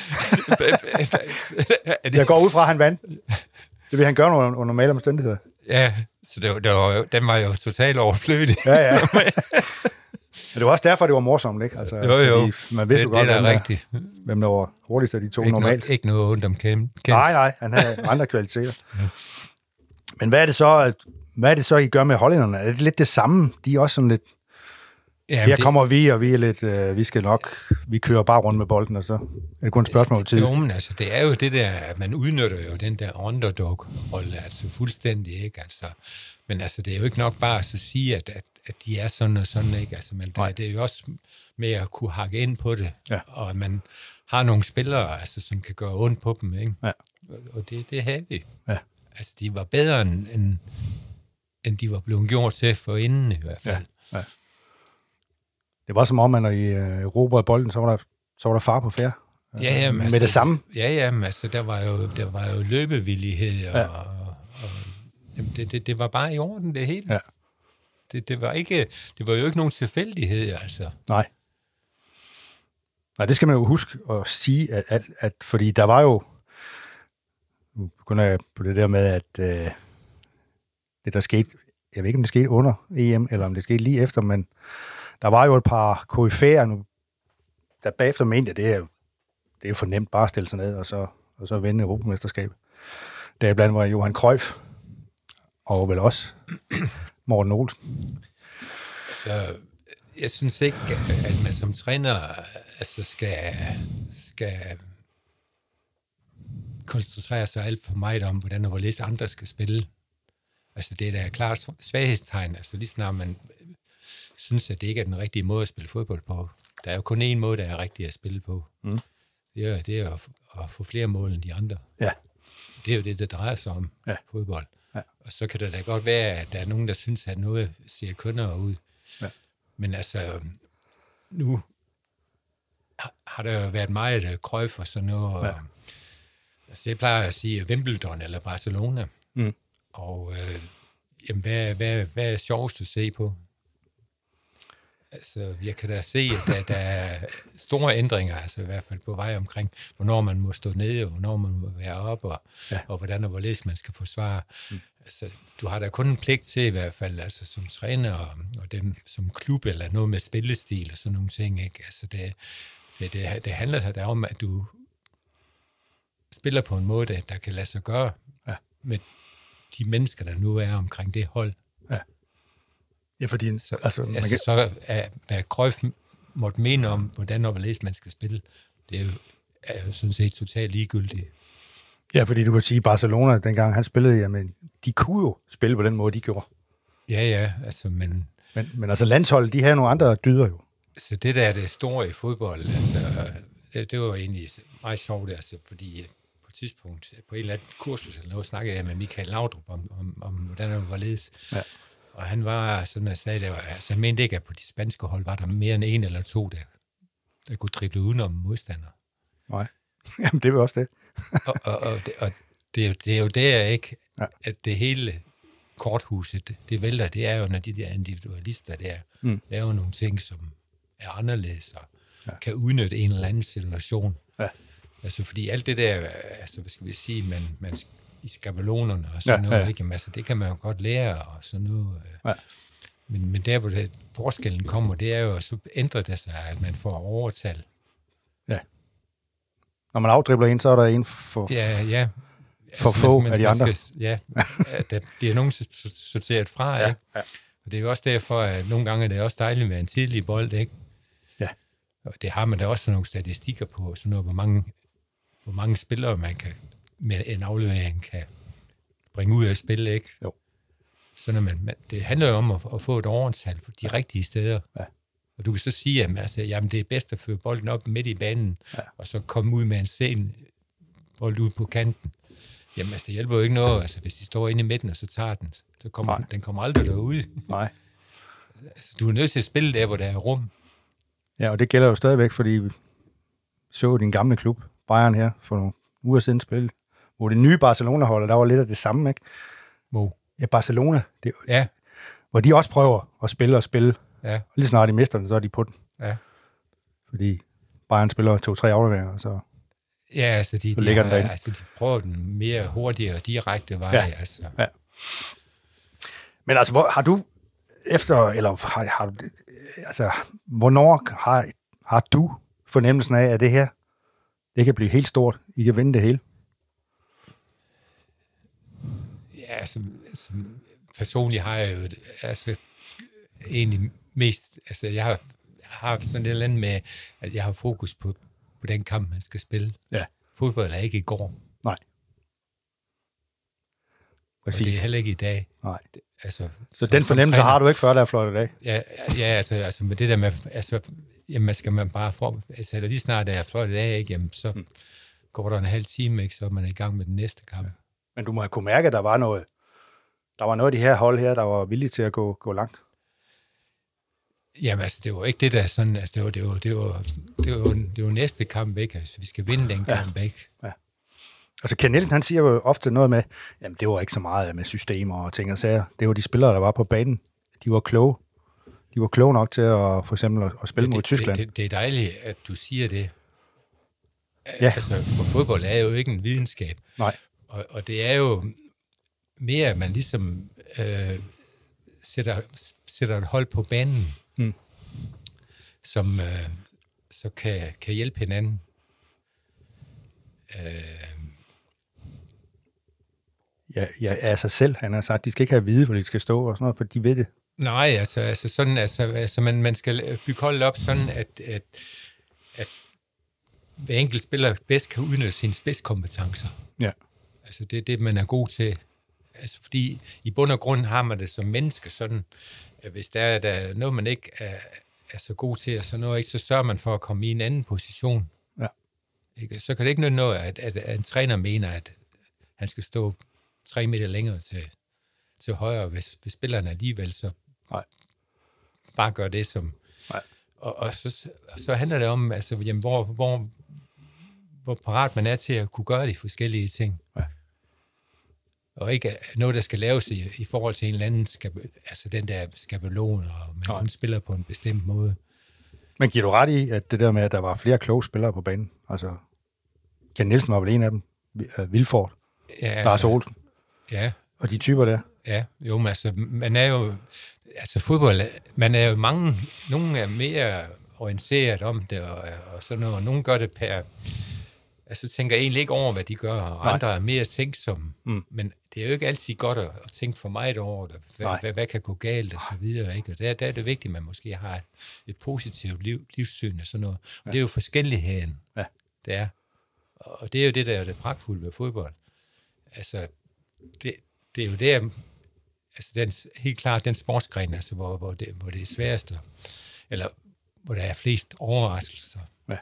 Jeg går ud fra, at han vandt. Det vil han gøre under normale omstændigheder. Ja, så den var jo totalt overflødig. Ja. Men det var også derfor, det var morsomt, ikke? Altså, jo. Man vidste jo godt, hvem der var hurtigst af de to normalt. Ikke noget ondt om Kent. Nej, han havde andre kvaliteter. Ja. Men hvad er det så, I gør med hollænderne? Er det lidt det samme? De er også sådan lidt... Ja, her kommer vi, og vi er lidt... vi kører bare rundt med bolden, og så er det kun et spørgsmål til. Jo, men altså, det er jo det der, at man udnytter jo den der underdog-rolle, altså fuldstændig, ikke? Altså, men altså, det er jo ikke nok bare at sige, at de er sådan og sådan, ikke? Altså, men det er jo også med at kunne hakke ind på det, og at man har nogle spillere, altså, som kan gøre ondt på dem, ikke? Ja. Og det havde vi. Ja. Altså, de var bedre, end de var blevet gjort til for inden, i hvert fald. Ja. Det var som om, at når I erobrede bolden, så var der far på færd. Ja, med altså, det samme. Ja, altså, der var jo løbevillighed, og det var bare i orden, det hele. Ja. Det var jo ikke nogen tilfældighed, altså. Nej, det skal man jo huske at sige, at fordi der var jo, nu begynder jeg på det der med, at det der skete, jeg ved ikke, om det skete under EM, eller om det skete lige efter, men der var jo et par koryfæer nu, der bagefter mente, at det er for nemt bare at stille sig ned, og så vinde Europamesterskabet. Deriblandt var Johan Cruyff, og vel også Morten Olsen. Altså, jeg synes ikke, at man som træner altså skal koncentrere sig alt for meget om, hvordan og hvorledes andre skal spille. Altså, det er da klart svaghedstegn. Altså, lige snart man synes, at det ikke er den rigtige måde at spille fodbold på. Der er jo kun én måde, der er rigtig at spille på. Mm. Det er at få flere mål end de andre. Ja. Det er jo det drejer sig om, fodbold. Ja. Og så kan det da godt være, at der er nogen, der synes, at noget ser kønnere ud. Ja. Men altså, nu har der jo været meget Cruyff og sådan noget. Ja. Altså, jeg plejer at sige Wimbledon eller Barcelona. Mm. Og jamen, hvad er sjovest at se på? Altså, jeg kan da se, at der er store ændringer, altså i hvert fald på vej omkring, hvornår man må stå nede, og hvornår man må være op, og hvordan og hvorledes man skal forsvare. Altså, du har da kun en pligt til i hvert fald, altså som træner og dem som klub, eller noget med spillestil og sådan nogle ting, ikke? Altså, det handler da om, at du spiller på en måde, der kan lade sig gøre med de mennesker, der nu er omkring det hold. Ja, fordi... Så hvad Cruyff måtte mene om, hvordan og hvorledes man skal spille, det er jo sådan set totalt ligegyldigt. Ja, fordi du kan sige, Barcelona, dengang han spillede, jamen, de kunne jo spille på den måde, de gjorde. Ja, altså, men altså landsholdet, de havde nogle andre dyder jo. Så det der er det store i fodbold, altså, det var egentlig meget sjovt, altså, fordi på et tidspunkt, på en eller anden kursus eller noget, snakkede jeg med Michael Laudrup om hvordan det var ledes. Ja. Og han var, sådan jeg sagde, altså, jeg mente ikke, at på de spanske hold var der mere end en eller to, der kunne drible udenom modstandere. Nej, jamen det var også det. og det er jo der, ikke, at det hele korthuset, det vælter, det er jo, når de der individualister der laver nogle ting, som er anderledes og kan udnytte en eller anden situation. Ja. Altså, fordi alt det der, altså, hvad skal vi sige, man i skabelonerne og sådan noget, ikke? Jamen, altså, det kan man jo godt lære og sådan noget. Ja. Men der, hvor forskellen kommer, det er jo, så ændrer det sig, at man får overtal. Ja. Når man afdribler en, så er der en for... Ja. For altså, få af de andre. Det er nogen sorteret fra, ikke? Ja. Og det er jo også derfor, at nogle gange er det også dejligt med en tidlig bold, ikke? Ja. Og det har man da også nogle statistikker på, sådan noget, hvor mange spillere man kan med en aflevering kan bringe ud af spil, ikke? Jo. Så når det handler jo om at få et overtal på de rigtige steder. Ja. Og du kan så sige, at altså, jamen, det er bedst at føre bolden op midt i banen, og så komme ud med en sen bold ud på kanten. Jamen, altså, det hjælper jo ikke noget, altså, hvis de står inde i midten, og så tager den, så kommer den kommer aldrig derude. Nej. Altså, du er nødt til at spille der, hvor der er rum. Ja, og det gælder jo stadigvæk, fordi vi så din gamle klub, Bayern her, for nogle uger siden spil, hvor det nye Barcelona-hold, der var lidt af det samme, ikke? Hvor? Ja, Barcelona. Hvor de også prøver at spille. Ja. Og lige snart de mister den, så er de på den. Ja. Fordi Bayern spiller 2-3 afleveringer, så... Ja, altså de prøver den mere hurtigere og direkte vej. Ja. Altså. Ja. Men altså, har du efter, eller har du, altså, hvornår har du fornemmelsen af, at det her, det kan blive helt stort, I kan vinde det hele? Ja, som personligt har jeg jo, altså, egentlig mest, altså, jeg har sådan et eller andet med, at jeg har fokus på den kamp, man skal spille. Ja. Fodbold er ikke i går. Nej. Præcis. Og det er heller ikke i dag. Nej. Altså, så den fornemmelse har du ikke før, der er flot i dag? Ja, altså med det der med, altså, jamen skal man bare få, altså lige snart der er flot i dag, ikke, jamen så går der en halv time, ikke, så er man i gang med den næste kamp. Ja. Men du må have kunne mærke, at der var noget af de her hold her, der var villige til at gå langt. Jamen altså, det var ikke det der sådan, altså det var næste kamp, ikke? Altså, vi skal vinde den kamp, ikke? Ja. Altså, Ken Nielsen, han siger jo ofte noget med, jamen det var ikke så meget med systemer og ting og sager. Det var de spillere, der var på banen. De var kloge. De var kloge nok til at for eksempel at spille mod Tyskland. Det er dejligt, at du siger det. Ja. Altså, for fodbold er jo ikke en videnskab. Nej. Og det er jo mere, at man ligesom sætter et hold på banen, som så kan hjælpe hinanden. Ja, af sig selv. Han har sagt, de skal ikke have at vide, hvor de skal stå og sådan noget, for de ved det. Nej, altså sådan, altså man skal bygge holdet op sådan, at hver enkelt spiller bedst kan udnytte sine spidskompetencer. Ja. Altså det er det, man er god til. Altså fordi i bund og grund har man det som menneske sådan, at hvis der er noget, man ikke er så god til, og så noget ikke, så sørger man for at komme i en anden position. Ja. Ikke? Så kan det ikke nytte noget, at en træner mener, at han skal stå 3 meter længere til højre, hvis spillerne alligevel så bare gør det som... Og så handler det om, altså, jamen, hvor parat man er til at kunne gøre de forskellige ting. Ja. og ikke noget, der skal laves i forhold til en eller anden, altså den der skabelon, og man kun spiller på en bestemt måde. Men giver du ret i, at det der med, at der var flere kloge spillere på banen? Altså, Ken Nielsen var vel en af dem. Vilfort, Lars Olsen. Ja. Og de typer der. Ja, jo, men altså, man er jo... Altså fodbold, man er jo nogle er mere orienteret om det, og sådan noget, og nogle gør det altså tænker egentlig ikke over, hvad de gør, og andre er mere tænksomme. Men det er jo ikke altid godt at tænke for meget over det. Hvad kan gå galt, og så videre, ikke? Og der er det vigtigt, at man måske har et positivt livssyn og sådan noget. Og det er jo forskelligheden, det er. Og det er jo det, der er det pragtfulde ved fodbold. Altså, det er jo det, altså helt klart den sportsgren, altså, hvor det er sværest, eller hvor der er flest overraskelser. Ja.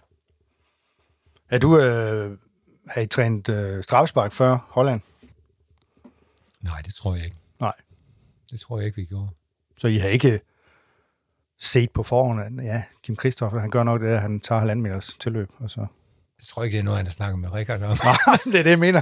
Har I trænet straffespark før Holland? Nej, det tror jeg ikke. Nej. Det tror jeg ikke, vi gjorde. Så I har ikke set på forhånd, at Kim Christoffer, han gør nok det, at han tager 1,5 meters tilløb, og så... Jeg tror ikke, det er noget, han har snakket med Richard om. Nej, det er det, jeg mener.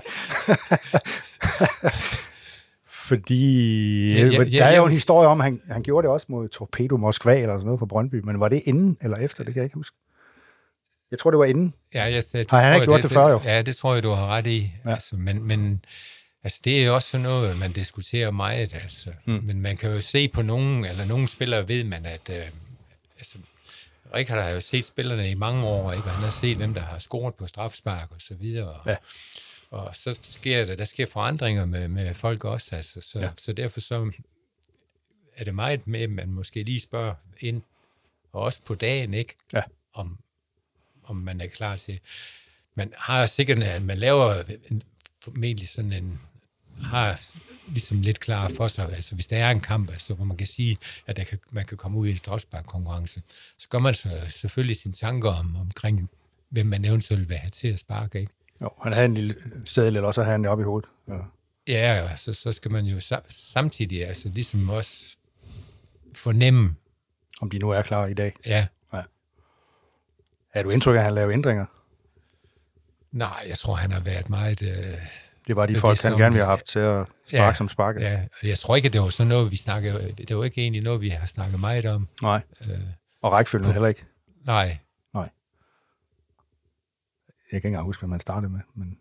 Fordi der er jo en historie om, at han gjorde det også mod Torpedo Moskva eller sådan noget for Brøndby, men var det inden eller efter? Det kan jeg ikke huske. Jeg tror, det var inden. Ja, har han ikke gjort det før, jo? Ja, det tror jeg, du har ret i. Ja. Altså, men altså, det er også sådan noget, man diskuterer meget. Altså. Men man kan jo se på nogle spillere, ved man, at altså, Richard har jo set spillerne i mange år, ikke? Og han har set dem, der har scoret på straffespark og så videre. Ja. Og så sker der sker forandringer med folk også, altså. Så derfor så er det meget med, at man måske lige spørger ind, og også på dagen, ikke? Ja. Om man er klar til. Man har sikkert, at man laver formentlig sådan en, har ligesom lidt klar for sig, altså hvis der er en kamp, altså, hvor man kan sige, at man kan komme ud i en straffesparkkonkurrence, så gør man selvfølgelig sine tanker omkring, hvem man eventuelt vil have til at sparke, ikke? Jo, han havde en lille sædel, eller også havde han det op i hovedet. Ja, så skal man jo samtidig altså ligesom også fornemme, om de nu er klar i dag. Ja. Er du indtryk af, at han laver ændringer? Nej, jeg tror, han har været meget... det var de folk, han gerne ville have haft til at sparke som sparke. Ja, jeg tror ikke, at det var sådan noget, vi snakkede... Det var ikke egentlig noget, vi har snakket meget om. Nej, og rækkefølgen heller ikke. Nej. Jeg kan ikke engang huske, hvad man startede med, men...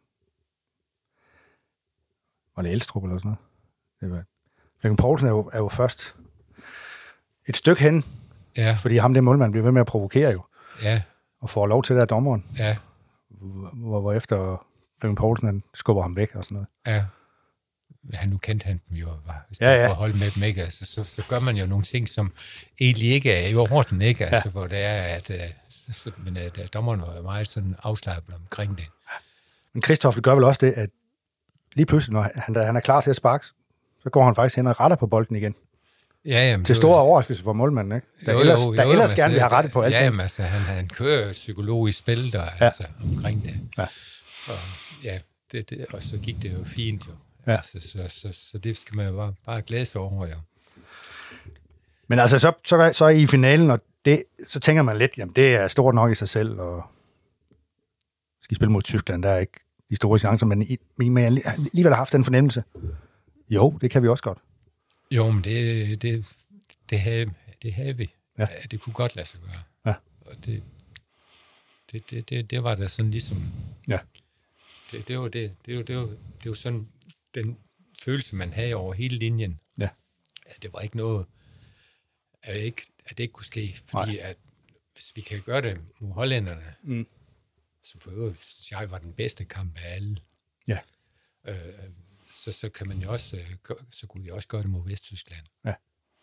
Var det Elstrup eller sådan noget? Flemming Poulsen er jo først et stykke hen, fordi ham det målmand bliver ved med at provokere jo. Ja. Og får lov til det af dommeren. Ja. Hvor efter Flemming Poulsen, han skubber ham væk og sådan noget. Ja. Nu kendte han dem jo, og holde med dem, ikke? Altså, så gør man jo nogle ting, som egentlig ikke er i orden, ikke? Altså, hvor det er, at dommeren var meget sådan afslappet omkring det. Men Christoffer gør vel også det, at lige pludselig, når han er klar til at sparke, så går han faktisk hen og retter på bolden igen. Ja, jamen, til stor overraskelse for målmanden, ikke? Der ellers gerne vil have rettet på alt. Ja, men altså, han kører psykologisk spil der, altså, omkring det. Ja. Og og så gik det jo fint, jo. Ja. Altså, så det skal man jo bare glæde sig over, jo. Men altså, så er I finalen, og så tænker man lidt, jamen det er stort nok i sig selv, og skal spille mod Tyskland, der er ikke de store chancer, men I alligevel har haft den fornemmelse. Jo, det kan vi også godt. Jo, men det havde vi. Ja. Det kunne godt lade sig gøre. Ja. Og det var da sådan ligesom... Ja. Det var sådan den følelse, man havde over hele linjen. Ja. At det var ikke noget... At det ikke kunne ske, fordi at hvis vi kan gøre det mod hollænderne, så for øvrigt, synes jeg, var den bedste kamp af alle. Ja. Så kan man jo også, så kunne vi også gøre det mod Vesttyskland. Ja.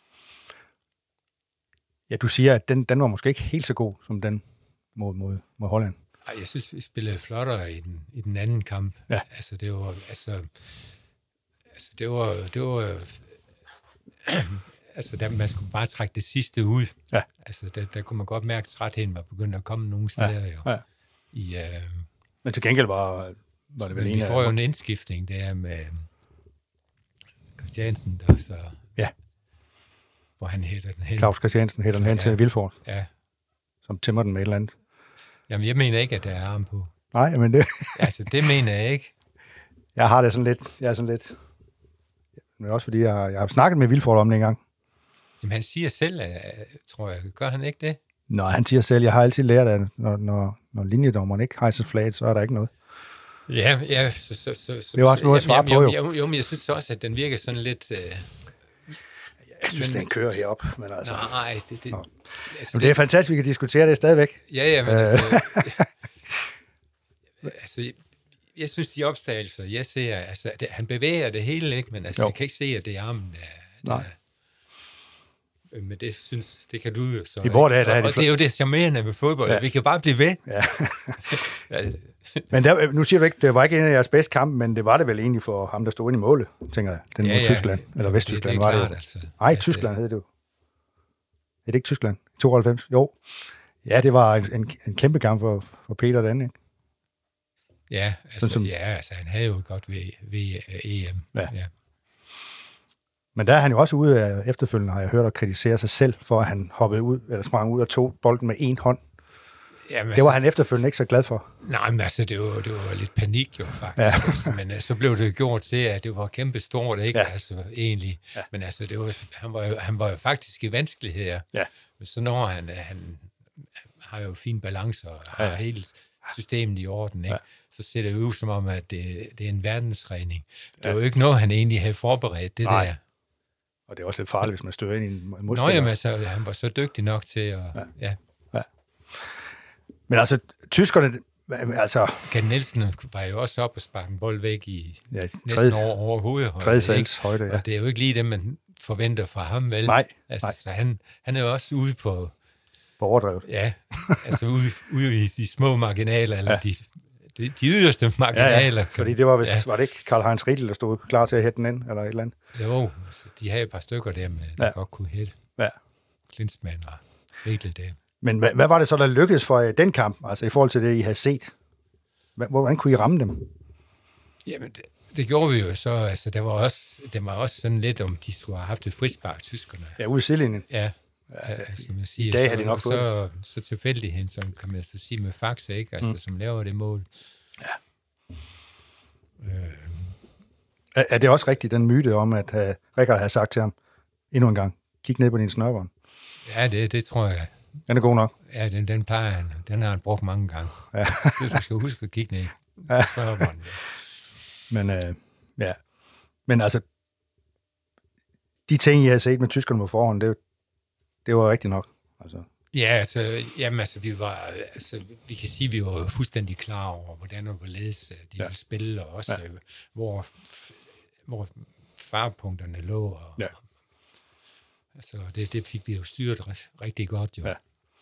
Ja, du siger, at den var måske ikke helt så god, som den mod Holland. Ej, jeg synes, vi spillede flottere i den anden kamp. Ja. Altså, det var altså, man skulle bare trække det sidste ud. Ja. Altså, der kunne man godt mærke, at trætheden var begyndt at komme nogle steder, jo. Ja. Men til gengæld var det vel en... Vi får jo en indskiftning der med Christiansen, der så... Ja. Hvor han hætter den hen. Claus Christiansen hætter den hen til Vilfort. Ja. Som tæmmer den med et eller andet. Jamen, jeg mener ikke, at der er arm på. Nej, men det... Altså, det mener jeg ikke. Jeg har det sådan lidt... Jeg er sådan lidt... Men også fordi, jeg har snakket med Vilfort om det engang. Jamen, han siger selv, tror jeg, gør han ikke det? Nej, han siger selv, jeg har altid lært, at når linjedommeren ikke hejser flaget, så er der ikke noget. Ja, det er også noget at svare på, jo. Men jeg synes også, at den virker sådan lidt... Jeg synes, den kører herop, men altså... Nej, det er fantastisk, vi kan diskutere det stadigvæk. Ja, men altså... Jeg synes, de opstagelser, jeg ser... Altså, han bevæger det hele, ikke? Men altså, jeg kan ikke se, at det er armen, Nej. Men det kan du jo så. I hvor det er, og det er jo det charmerende ved fodbold. Ja. Vi kan bare blive ved. Ja. Men nu siger du ikke, det var ikke en af jeres bedste kampe, men det var det vel egentlig for ham, der stod inde i målet, tænker jeg. Den mod Tyskland, eller Vesttyskland det var klart, det jo. Altså. Nej, Tyskland hed det jo. Er det ikke Tyskland? 92? Jo. Ja, det var en kæmpe kamp for Peter den, ikke? Ja, altså han havde jo et godt ved EM. Ja. Men der er han jo også ude af efterfølgende, har jeg hørt, at kritisere sig selv for, at han hoppede ud, eller sprang ud og tog bolden med en hånd. Jamen, det var han efterfølgende ikke så glad for. Nej, men altså, det var lidt panik jo, faktisk. Ja. Altså, men så blev det gjort til, at det var kæmpe stort, ikke? Ja. Altså, egentlig. Ja. Men altså, han var jo faktisk i vanskeligheder. Ja. Men så når han har jo fin balance og har hele systemet i orden, ikke? Ja. Så ser det ud som om, at det er en verdensregning. Det var jo ikke noget, han egentlig havde forberedt, det der. Og det er også lidt farligt, hvis man støder ind i en modspiller. Nå, jamen, altså, han var så dygtig nok til at... Ja. Men altså, tyskerne... Altså... Ken Nielsen var jo også op og sparke en bold væk i næsten over hovedet. Tredje sals højde, ja. Og det er jo ikke lige det, man forventer fra ham, vel? Nej. Så han er jo også ude på... På overdrevet. Ja, altså ude i de små marginaler, eller de yderste marginaler. Ja. Fordi det var, var det ikke Karl-Heinz Riedel, der stod klar til at hætte den ind, eller et eller andet? Jo, altså, de havde et par stykker der, der godt kunne hætte. Ja. Klinsmann og Riedel der. Men hvad var det så, der lykkedes for den kamp, altså i forhold til det, I havde set? Hvordan kunne I ramme dem? Jamen, det gjorde vi jo så. Altså, det var også sådan lidt, om de skulle have haft et frispark, tyskerne. Ja, ude i sidelinjen. Ja, som jeg siger. I dag havde de nok fået så tilfældigheden, som kan man så sige med Faxe, ikke? Altså, som laver det mål. Ja. Er det også rigtigt, den myte om, at Richard havde sagt til ham endnu en gang, kig ned på din snørbånd? Ja, det tror jeg. Den er god nok. Ja, den plejer han. Den har han brugt mange gange. Ja. Du skal huske at kigge ned på snørbånden. Men altså, de ting, jeg har set med tyskerne på forhånd, det var rigtigt nok. Altså. Ja, altså, vi kan sige, at vi var fuldstændig klar over, hvordan og hvorledes de ville spille, og også hvor farpunkterne lå. Og, altså, det fik vi jo styret rigtig godt, jo. Ja.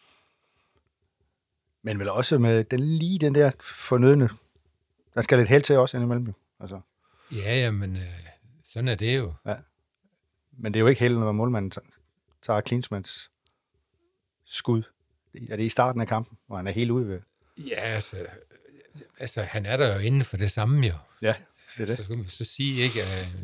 Men vel også med den der fornødne, der skal lidt held til også indimellem. Altså. Ja, men sådan er det jo. Ja. Men det er jo ikke held, når målmanden tager Klinsmanns skud. Er det i starten af kampen, hvor han er helt ude ved? Ja, altså han er der jo inden for det samme, jo. Ja, det er det. Så kan man så sige, ikke,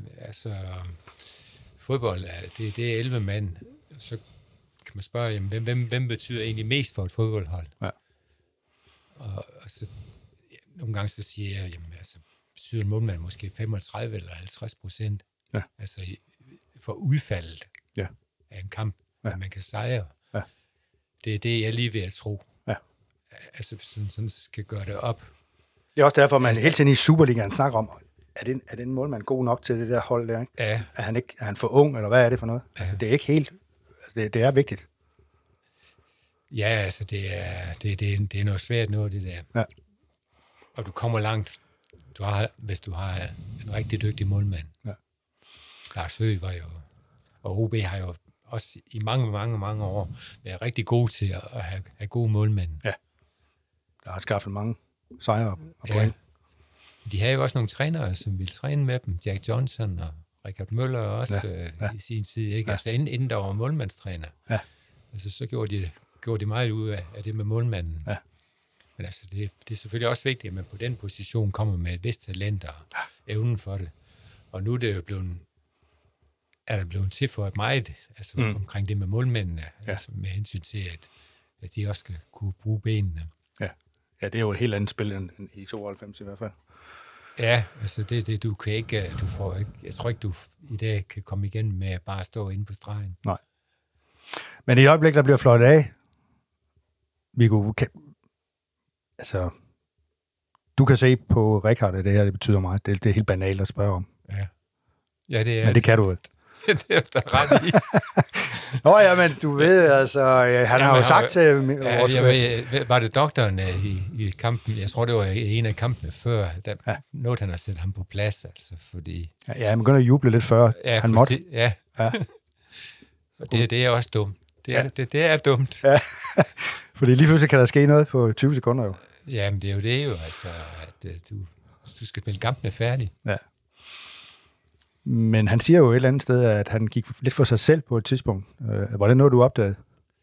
fodbold, det er 11 mand. Så kan man spørge, jamen, hvem betyder egentlig mest for et fodboldhold? Ja. Og så, nogle gange så siger jeg, jamen, altså, betyder en målmand måske 35 eller 50%. Ja. Altså for udfaldet af en kamp, at man kan sejre. Ja. Det er det, jeg lige ved at tro. Ja. Altså, hvis man sådan skal gøre det op. Det er også derfor, man hele tiden i Superligaen snakker om, er den målmand god nok til det der hold der? Ikke? Ja. Er han for ung, eller hvad er det for noget? Ja. Altså, det er ikke helt... Altså, det er vigtigt. Ja, altså, det er noget svært noget, det der. Ja. Og du kommer langt, hvis du har en rigtig dygtig målmand. Ja. Lars Høgh var jo... Og OB har jo også i mange år været rigtig god til at have gode målmænd. Ja, der har skaffet mange sejre og point. De havde jo også nogle trænere, som ville træne med dem. Jack Johnson og Richard Møller også i sin tid. Ikke? Ja. Altså inden der var målmandstræner. Ja. Altså så gjorde de meget ud af det med målmanden. Ja. Men altså det er selvfølgelig også vigtigt, at man på den position kommer med et vist talent og evnen for det. Og nu er det jo der blevet tilføjet meget omkring det med målmændene, altså med hensyn til, at de også skal kunne bruge benene. Ja, det er jo et helt andet spil end i 92 i hvert fald. Ja, altså det du kan ikke, du får ikke, jeg tror ikke, du i dag kan komme igen med at bare stå inde på stregen. Nej. Men i et øjeblik, der bliver fløjtet af, altså, du kan se på Richard, at det her, det betyder meget. Det er helt banalt at spørge om. Ja, det er. Men det kan du vel. Det er der ret i. Nå ja, men du ved, altså, han har jo sagt til... Var det doktoren i kampen? Jeg tror, det var en af kampene før, da nåede han at sætte ham på plads, altså, fordi... Ja, han begynder at juble lidt før han måtte. Ja. Det er også dumt. Det er dumt. Ja. Fordi lige pludselig kan der ske noget på 20 sekunder jo. Jamen, det er jo det jo, altså, at du skal spille kampene færdig. Ja. Men han siger jo et eller andet sted, at han gik lidt for sig selv på et tidspunkt. Var det noget, du opdagede?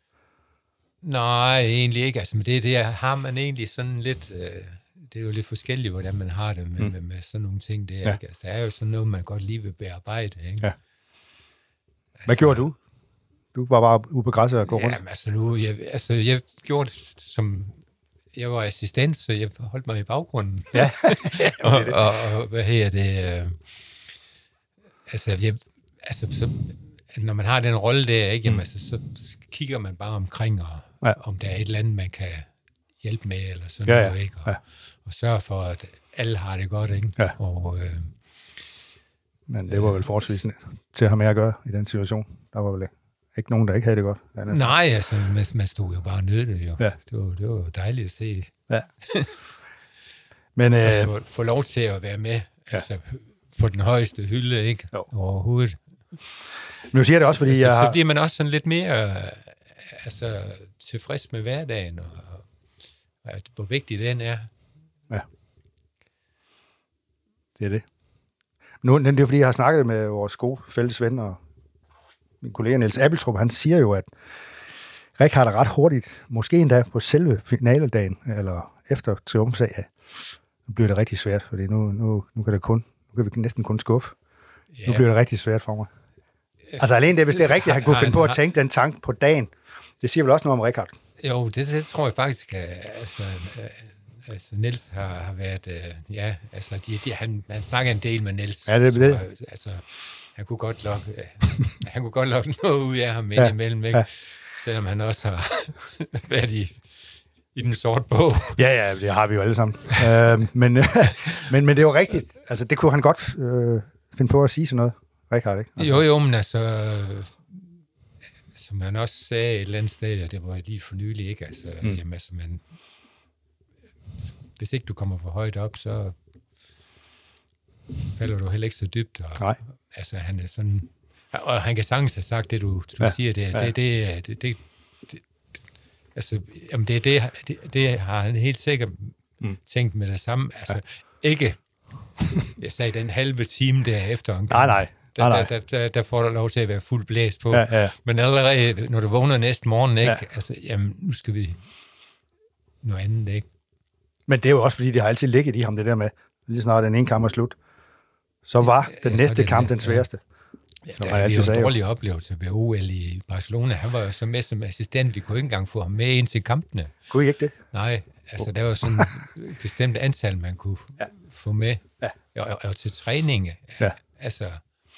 Nej, egentlig ikke. Altså, men det har man egentlig sådan lidt... det er jo lidt forskelligt, hvordan man har det med sådan nogle ting. Det er, ikke? Altså, der er jo sådan noget, man godt lige vil bearbejde. Ikke? Ja. Hvad gjorde du? Du var bare ude på græsset og gå rundt? Jamen, altså nu... Jeg gjorde det som... Jeg var assistent, så jeg holdt mig i baggrunden. Ja. og hvad hedder det... så, når man har den rolle der, ikke, jamen, altså, så kigger man bare omkring, og om der er et eller andet, man kan hjælpe med, eller sådan noget, ikke? Og sørge for, at alle har det godt, ikke? Ja. Men det var vel forholdsvis til at have med at gøre i den situation. Der var vel ikke nogen, der ikke havde det godt. Nej, altså, man stod jo bare nødt jo. Ja. Det var dejligt at se. Ja. Men få lov til at være med, altså på den højeste hylde, ikke? Overhovedet. Men du siger det også, fordi så bliver man også sådan lidt mere tilfreds med hverdagen, og hvor vigtig den er. Ja. Det er det. Nu, det er fordi, jeg har snakket med vores gode fælles ven og min kollega Niels Abeltrup. Han siger jo, at Richard er ret hurtigt, måske endda på selve finaledagen, eller efter triumfsag, nu bliver det rigtig svært, fordi nu kan vi næsten kun skuffe. Yeah. Nu bliver det rigtig svært for mig. Altså alene det, hvis det er rigtigt, at han kunne finde på at tænke den tanke på dagen, det siger vel også noget om Richard? Jo, det tror jeg faktisk, Niels har været, han snakker en del med Niels. Ja, det. Altså, han kunne godt lokke noget ud af ham indimellem, ikke? Ja. Selvom han også har været i den sorte bog. Ja, det har vi jo alle sammen. Men det er jo rigtigt. Altså, det kunne han godt finde på at sige sådan noget, Richard, ikke? Altså. Jo, men altså, som han også sagde et eller andet sted, og det var lige for nylig, ikke? Altså, jamen, altså, hvis ikke du kommer for højt op, så falder du heller ikke så dybt. Og, nej. Altså, han er sådan... Og han kan sagtens have sagt det, du siger, det altså, jamen det har han helt sikkert tænkt med det samme. Altså, ikke, jeg sagde, den halve time derefter en kamp. Nej. Der får du lov til at være fuld blæst på. Ja. Men allerede, når du vågner næste morgen, ikke? Altså, jamen, nu skal vi noget andet, ikke? Men det er jo også, fordi det har altid ligget i ham, det der med, lige snart den ene kamp er slut, så var den næste kamp den sværeste. Ja, der er jo en dårlig oplevelse ved OL i Barcelona. Han var jo så med som assistent. Vi kunne ikke engang få ham med ind til kampene. Kunne I ikke det? Nej, altså der var sådan et bestemt antal, man kunne få med. Ja. Og til træning. Ja. Altså,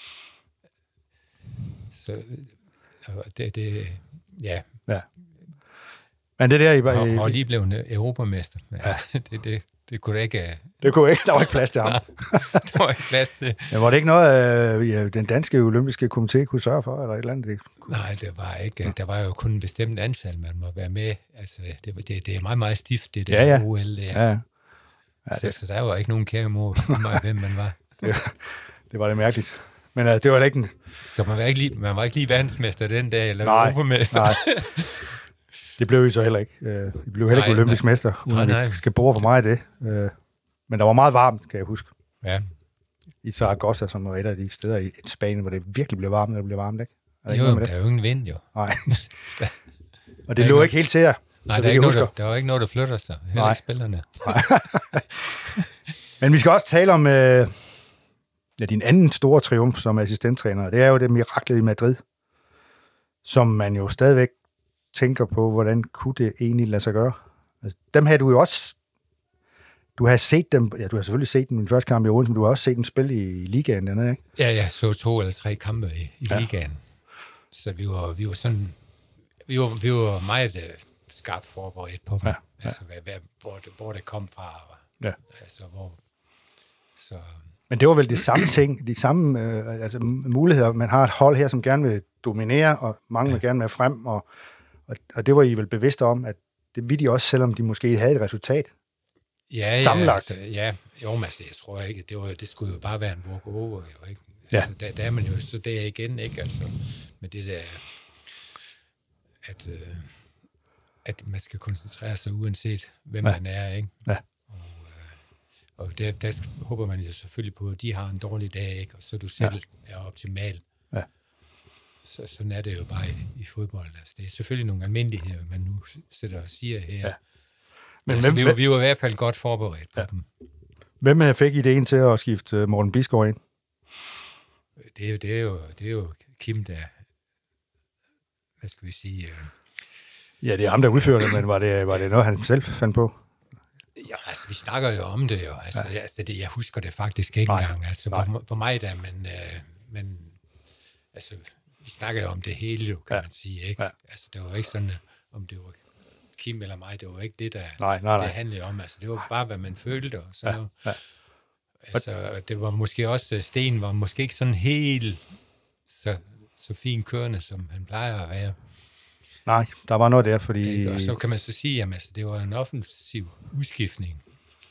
så det ja. Men det der og lige blev en europamester. Ja. Det kunne ikke... Det kunne ikke. Der var ikke plads til ham. Der var ikke plads til... Ja, var det ikke noget, den danske olympiske komité kunne sørge for, eller et eller andet? Nej, det var ikke. Der var jo kun en bestemt antal, man må være med. Altså, det er meget, meget stift, det der OL. Ja. Så der var ikke nogen kære mor, hvem man var. Det var det mærkeligt. Men det var da ikke... Så man var ikke lige verdensmester den dag, eller europamester. Nej. Det blev I så heller ikke. I blev heller ikke olympisk mester, uden at skal bore for meget af det. Men der var meget varmt, kan jeg huske. Ja. I Zaragoza, som var et af de steder i Spanien, hvor det virkelig blev varmt, når det blev varmt, ikke? Jo, der er jo ingen vind, jo. Nej. Og det lå ikke helt til jer. Nej, der var ikke noget, der flytter sig. Heller ikke spillerne. Men vi skal også tale om din anden store triumf som assistenttræner. Det er jo det miraklet i Madrid, som man jo stadigvæk tænker på, hvordan kunne det egentlig lade sig gøre. Altså, dem havde du jo også... du har set dem, ja, du har selvfølgelig set dem i den første kamp i Odense, men du har også set dem spille i ligaen dernede, ikke? Ja, jeg så 2 eller 3 kampe i ligaen. Så vi var sådan, vi var meget skarpt forberedt på dem. Ja. Altså, hvor det kom fra. Ja. Altså, så... Men det var vel de samme ting, de samme muligheder. Man har et hold her, som gerne vil dominere, og mange vil gerne være frem, og det var I vel bevidste om, at det ville de også, selvom de måske havde et resultat sammenlagt. Jeg tror ikke, det skulle jo bare være en walk-over, jo, ikke? Altså, der er man jo så der igen, ikke? Altså, med det der, at man skal koncentrere sig uanset, hvem man er, ikke? Ja. Og der håber man jo selvfølgelig på, at de har en dårlig dag, ikke? Og så du selv er optimal. Ja. Så sådan er det jo bare i fodbold. Altså, det er selvfølgelig nogle almindeligheder, man nu sætter og siger her. Ja. Men altså, vi var i hvert fald godt forberedt på dem. Hvem fik ideen til at skifte Morten Bisgaard ind? Det er jo Kim, der... Hvad skal vi sige? Ja, det er ham, der udfører det, men var det noget, han selv fandt på? Ja, altså, vi snakker jo om det jo. Altså, jeg husker det faktisk ikke engang. Altså, for mig der, men altså, vi snakker jo om det hele, jo, kan man sige, ikke? Ja. Altså, det var ikke sådan, om det var Kim eller mig, det var ikke det, der det handlede om. Altså, det var bare, hvad man følte, og sådan noget. Ja. Altså, det var måske også, Sten var måske ikke sådan helt så fin kørende, som han plejer at være. Nej, der var noget der, fordi... Og så kan man så sige, at det var en offensiv udskiftning.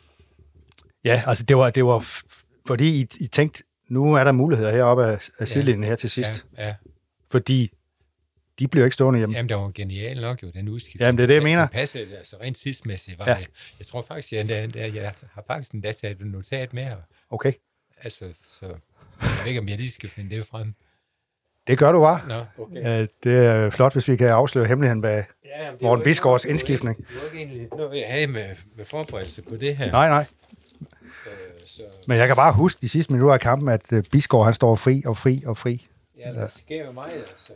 Ja, altså det var fordi I tænkte, nu er der muligheder heroppe af sidelinjen her til sidst. Ja. Fordi de blev ikke stående hjemme. Jamen, det var genial nok jo, den udskiftning. Jamen, det er det, jeg mener. Det passede, altså rent tidsmæssigt var det. Jeg tror faktisk, jeg har faktisk endda taget et notat med her. Okay. Altså, så jeg ved ikke, om jeg lige skal finde det frem. Det gør du bare. Nå, okay. Det er flot, hvis vi kan afsløre hemmeligheden bag Morten Bisgaards indskiftning. Det var ikke egentlig noget, jeg havde med forberedelse på det her. Nej. Men jeg kan bare huske de sidste minutter af kampen, at Bisgaard, han står fri. Ja, der sker jo meget, altså.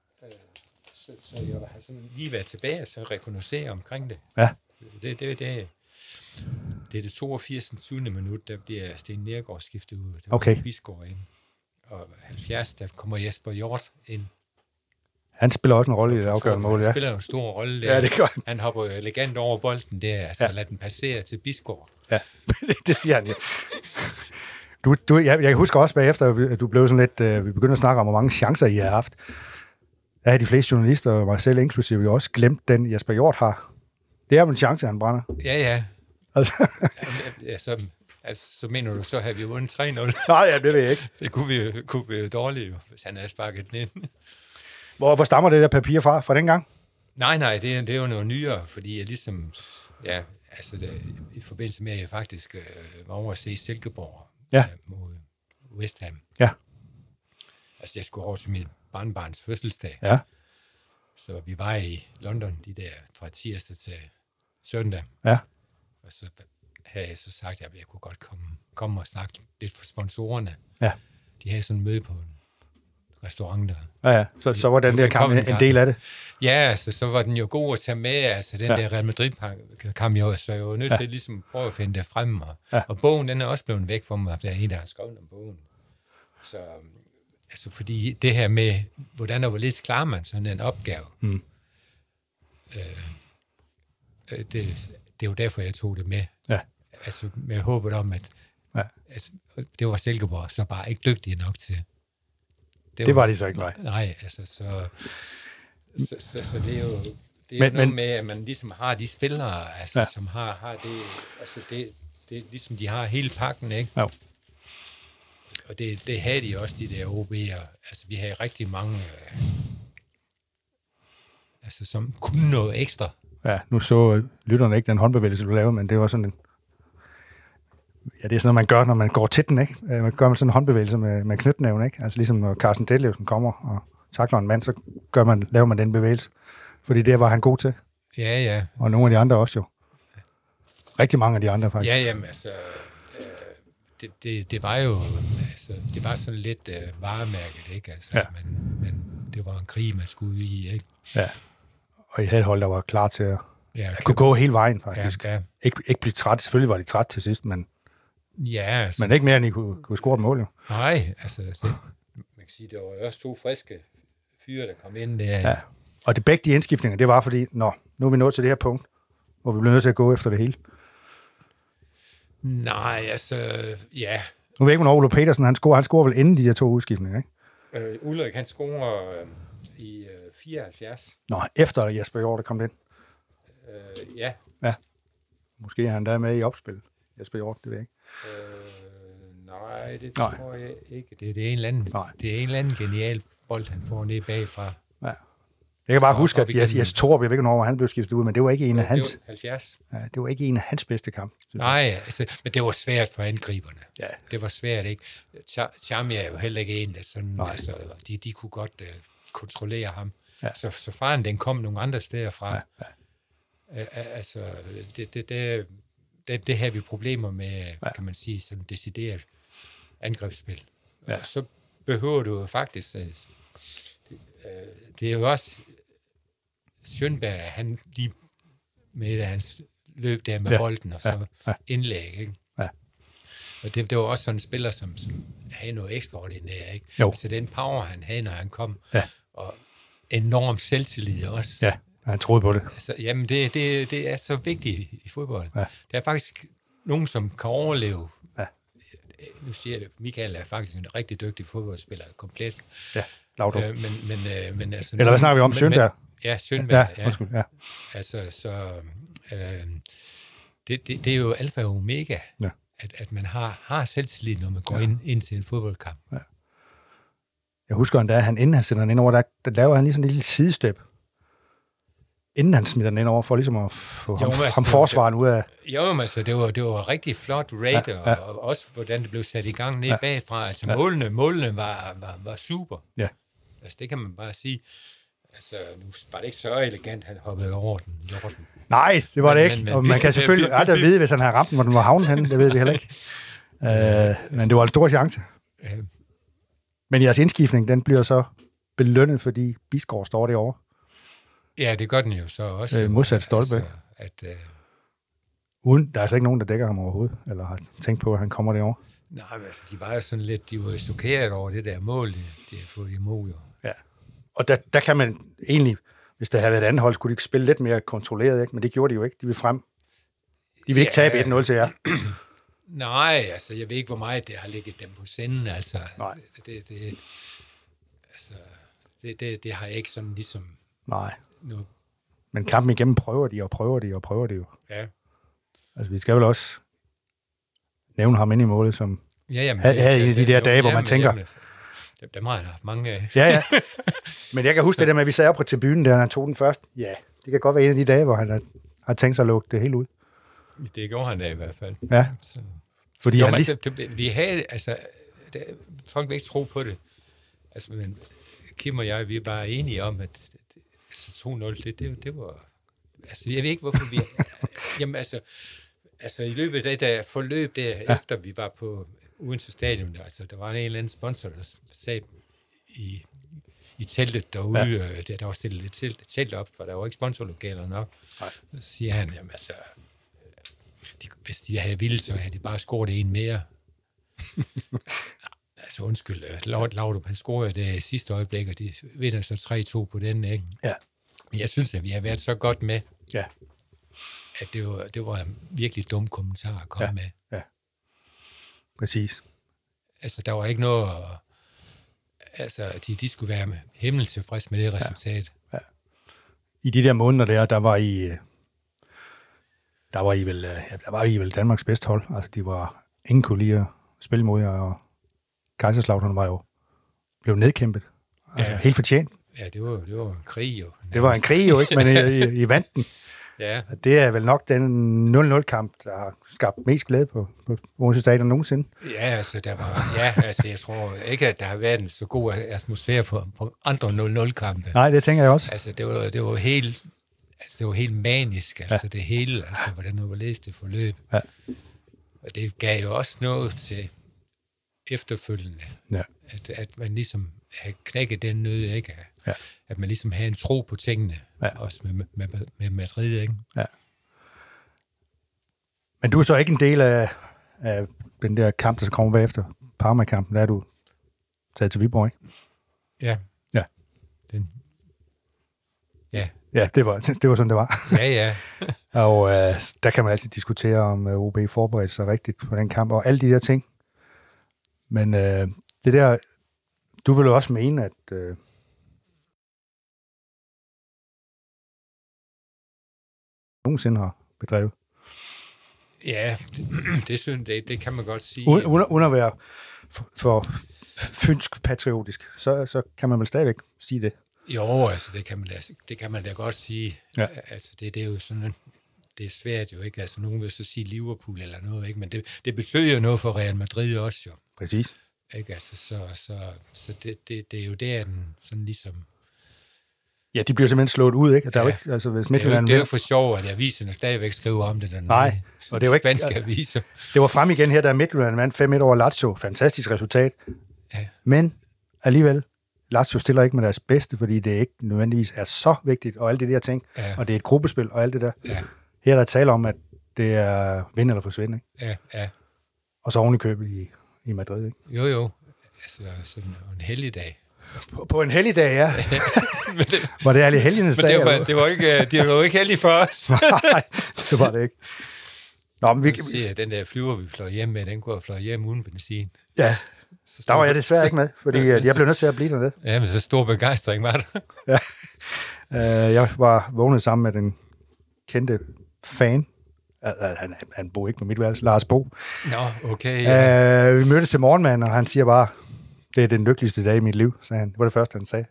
Så jeg har sådan lige været tilbage og så rekognoscere omkring det. Ja. Det er det 82. 20. minut, der bliver Sten Neergaard skiftet ud. Der kommer Bisgaard ind. Og 70, der kommer Jesper Hjort ind. Han spiller også en rolle i det afgørende mål, Han spiller jo en stor rolle der. Ja, det gør han. Han hopper jo elegant over bolden der, altså lad den passere til Bisgaard. Ja, det siger han, ja. Jeg husker også bagefter, at du blev sådan lidt, vi begyndte at snakke om, hvor mange chancer I har haft. Der har de fleste journalister, og mig selv inklusive, jo også glemt den Jesper Hjort har. Det er vel en chance, han brænder. Ja. Altså. Så mener du, så har vi vundet 3-0? Nej, ja, det ved jeg ikke. Det kunne vi jo dårligt, hvis han havde sparket den ind. Hvor stammer det der papir fra dengang? Nej, det er jo noget nyere, fordi jeg ligesom, i forbindelse med, at jeg faktisk var over at se Silkeborg mod West Ham. Ja. Altså, jeg skulle over til min barnebarns fødselsdag. Ja. Så vi var i London, de der fra tirsdag til søndag. Ja. Og så havde jeg så sagt, at jeg kunne godt komme og snakke lidt for sponsorerne. Ja. De havde sådan en møde på en restaurant der. Ja. Så var den der kamp en del af det? Ja, altså, så var den jo god at tage med. Altså, den der Real Madrid-kamp, så jeg var nødt til ligesom at prøve at finde det frem. Og bogen, den er også blevet væk for mig, der er en, der har skrevet om bogen. Så, altså, fordi det her med, hvordan og hvorledes klarer man sådan en opgave, det er jo derfor, jeg tog det med. Ja. Altså, med håbet om, at det var Silkeborg, så bare ikke dygtige nok til. Det var de så ikke, nej. Nej, altså, så det er jo noget med, at man ligesom har de spillere, altså, som har det, altså det ligesom de har hele pakken, ikke? Ja. Og det havde de også, de der OB'er. Altså, vi havde rigtig mange, altså, som kunne noget ekstra. Ja, nu så lytterne ikke den håndbevægelse, du lavede, men det var sådan en... Ja, det er sådan noget, man gør, når man går til den, ikke? Man gør sådan en håndbevægelse med knytnæven, ikke? Altså ligesom når Carsten Detlevsen kommer og takler en mand, så laver man den bevægelse. Fordi det var han god til. Ja. Og nogle af de andre også jo. Rigtig mange af de andre, faktisk. Ja, jamen altså... Det var jo... Altså, det var sådan lidt varemærket, ikke? Altså, men det var en krig, man skulle ud i, ikke? Ja. Og I havde et hold, der var klar til kunne gå hele vejen, faktisk. Ja. Ikke blive træt. Selvfølgelig var de træt til sidst, men, men ikke mere, end I kunne score et mål, jo. Nej, altså, man kan sige, det var også 2 friske fyre, der kom ind der. Ja. Og det begge de indskiftninger, det var fordi, nu er vi nået til det her punkt, hvor vi bliver nødt til at gå efter det hele. Nej, altså, ja. Nu ved jeg ikke, hvornår Ole Petersen, han scorer vel inden de her 2 udskiftninger, ikke? Ulrik, han scorer i 74. Nå, efter Jesper Hjort er kommet ind. Ja. Ja. Måske er han der med i opspil. Jesper Hjort, det ved jeg ikke. Nej, det tror jeg ikke. Det er en eller anden genial bold, han får ned bagfra. Ja. Jeg kan bare huske, at Jes Torp, jeg ved ikke, hvornår han blev skiftet ud, men det var ikke en af hans... 70. Ja, det var ikke en af hans bedste kampe. Nej, altså, men det var svært for angriberne. Ja. Det var svært, ikke? Charmi er jo heller ikke en, der sådan... Altså, de kunne godt kontrollere ham. Ja. Så faren, den kom nogle andre steder fra. Ja. Altså, det har vi problemer med, kan man sige, sådan decideret angrebsspil. Ja. Og så behøver du faktisk... det er jo også... Schönberg, han lige med hans løb der med bolden, og så indlæg, ikke? Ja. Og det var også sådan en spiller, som havde noget ekstraordinært, ikke? Jo. Altså den power, han havde, når han kom, og enorm selvtillid også. Ja, han troede på det. Altså, jamen, det er så vigtigt i fodbold. Ja. Der er faktisk nogen, som kan overleve. Ja. Nu siger jeg, Michael er faktisk en rigtig dygtig fodboldspiller, komplet. Ja, Laudrup. Men altså... Eller hvad snakker vi om? Schönberg? Ja, Schönberg, ja. Undskyld, ja. Altså, så... det er jo alfa og omega, at man har selvtillid, når man går ind til en fodboldkamp. Ja. Jeg husker endda, at inden han sender den ind over, der laver han lige sådan en lille sidestep, inden han smider den ind over, for ligesom at få ham forsvaren ud af... Jo, men altså, det var rigtig flot raid, og også hvordan det blev sat i gang ned bagfra. Altså, målene var super. Ja. Altså, det kan man bare sige. Altså, nu var det ikke så elegant, han hoppede over den. Nej, det var det ikke. Og man kan selvfølgelig aldrig vide, hvis han havde ramt den, hvor den var havnet henne. Det ved vi heller ikke. Men det var en stor chance. Men jeres indskiftning, den bliver så belønnet, fordi Bisgaard står derovre. Ja, det gør den jo så også. Modsat Stolpe. Altså, uden, der er altså ikke nogen, der dækker ham overhovedet, eller har tænkt på, at han kommer derovre. Nej, men altså, de var jo sådan lidt, de var chokeret over det der mål, de har fået imod jo. Ja, og der kan man egentlig, hvis der havde været et andet hold, skulle de spille lidt mere kontrolleret, ikke? Men det gjorde de jo ikke. De vil frem. De vil ikke tabe 1-0 til jer. Nej, altså, jeg ved ikke, hvor meget det har ligget dem på senden, altså. Nej. Det har jeg ikke sådan ligesom... Nej. Nu. Men kampen igennem prøver de jo. Ja. Altså, vi skal vel også nævne ham ind i målet, som havde de der dage, hvor man tænker... Dem har jeg haft mange af. Ja. Men jeg kan huske det der med, at vi sad op på tribunen, der han tog den først. Ja, det kan godt være en af de dage, hvor han har tænkt sig at lukke det helt ud. Det gjorde han da i hvert fald. Ja. Så. Fordi vi havde, altså, folk vil ikke tro på det. Altså, men Kim og jeg, vi er bare enige om, at altså 2-0, det var... Altså, jeg ved ikke, hvorfor vi... Jamen, altså, i løbet af det der forløb der, efter vi var på Odense Stadion, der var en eller anden sponsor, der sagde i teltet derude, der var stillet et telt op, for der var ikke sponsorlokaler nok. Så siger han, jamen altså, hvis de havde vildt, så havde de bare scoret en mere. Altså undskyld, Laudrup, han scorede det sidste øjeblik, og de vinder så 3-2 på den, ikke? Ja. Men jeg synes, at vi har været så godt med, at det var en virkelig dum kommentar at komme med. Ja, præcis. Altså, der var ikke noget... Altså, de skulle være himmel tilfreds med det resultat. Ja. I de der måneder der var I vel Danmarks bedste hold. Altså, de var ingen kunne lide at spille mod jer, og Kaiserslautern var jo blevet nedkæmpet. Altså, helt fortjent. Ja, det var en krig jo. Det var en krig jo, ikke? Men I vandt den. Ja. Det er vel nok den 0-0-kamp, der har skabt mest glæde på Odense Stadion nogensinde. Ja, altså, jeg tror ikke, at der har været en så god atmosfære på andre 0-0-kampe. Nej, det tænker jeg også. Altså, det var helt manisk, altså det hele, altså hvordan du var læst det forløb. Ja. Og det gav jo også noget til efterfølgende, at man ligesom havde knækket den nød, ikke? At man ligesom havde en tro på tingene, også med Madrid, ikke? Ja. Men du er så ikke en del af den der kamp, der så kommer bagefter, Parma-kampen, der er du taget til Viborg, ikke? Ja. Ja. Ja, det var sådan, det var. Ja. Og der kan man altid diskutere, om OB forberedte sig rigtigt på den kamp, og alle de der ting. Men det der, du vil jo også mene, at nogensinde har bedrevet. Ja, det kan man godt sige. Uden at være for fynsk patriotisk, så kan man vel stadigvæk sige det. Jo, altså det kan man da godt sige. Ja. Altså det er jo sådan, det er svært jo ikke. Altså nogen vil så sige Liverpool eller noget, ikke? Men det betyder jo noget for Real Madrid også jo. Præcis. Ikke? Altså så det er jo der den sådan ligesom. Ja, de bliver simpelthen slået ud, ikke? Der er jo ikke, altså hvis det er jo for sjov, at aviserne stadigvæk skriver om det. Nej, og det er jo ikke spanske aviser. Det var frem igen her, da Midtjylland vandt 5-1 over Lazio. Fantastisk resultat. Ja. Men alligevel, Lazio stiller ikke med deres bedste, fordi det ikke nødvendigvis er så vigtigt, og alle de der ting, og det er et gruppespil, og alt det der. Ja. Her er der tale om, at det er vind eller forsvinde, ikke? Ja. Og så oven i købet i Madrid, ikke? Jo. Altså sådan en helligdag. På en helligdag, ja. Var det ærlig helgenes dag? Men det var jo ikke heldig for os. Nej, det var det ikke. Nå, men den der flyver, vi fløj hjem med, den kunne fløj hjem uden benzin. Ja, der var jeg desværre ikke med, fordi jeg blev nødt til at blive dernede. Ja, men så stor begejstring var der. Ja. Jeg var vågnet sammen med den kendte fan. Han bor ikke på mit værelse, Lars Bo. Nå, okay. Ja. Vi mødtes til morgenmanden, og han siger bare, det er den lykkeligste dag i mit liv, sagde han. Det var det første, han sagde.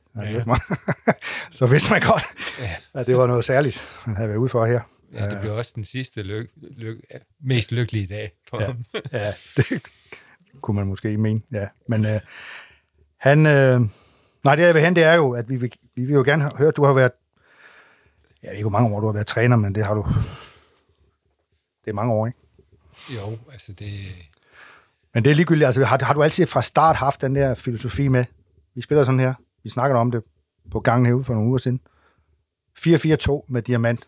Så vidste man godt, at det var noget særligt, han havde været ude for her. Ja, det blev også den sidste mest lykkelige dag for ham. Ja, det kunne man måske mene. Ja. Men han... nej, det jeg vil hen, det er jo, at vi vil jo gerne høre, at du har været... Jeg ved ikke, hvor mange år du har været træner, men det har du... Det er mange år, ikke? Jo, altså det... Men det er ligegyldigt. Altså, har du altid fra start haft den der filosofi med? Vi spiller sådan her. Vi snakker om det på gangen herude for nogle uger siden. 4-4-2 med diamant.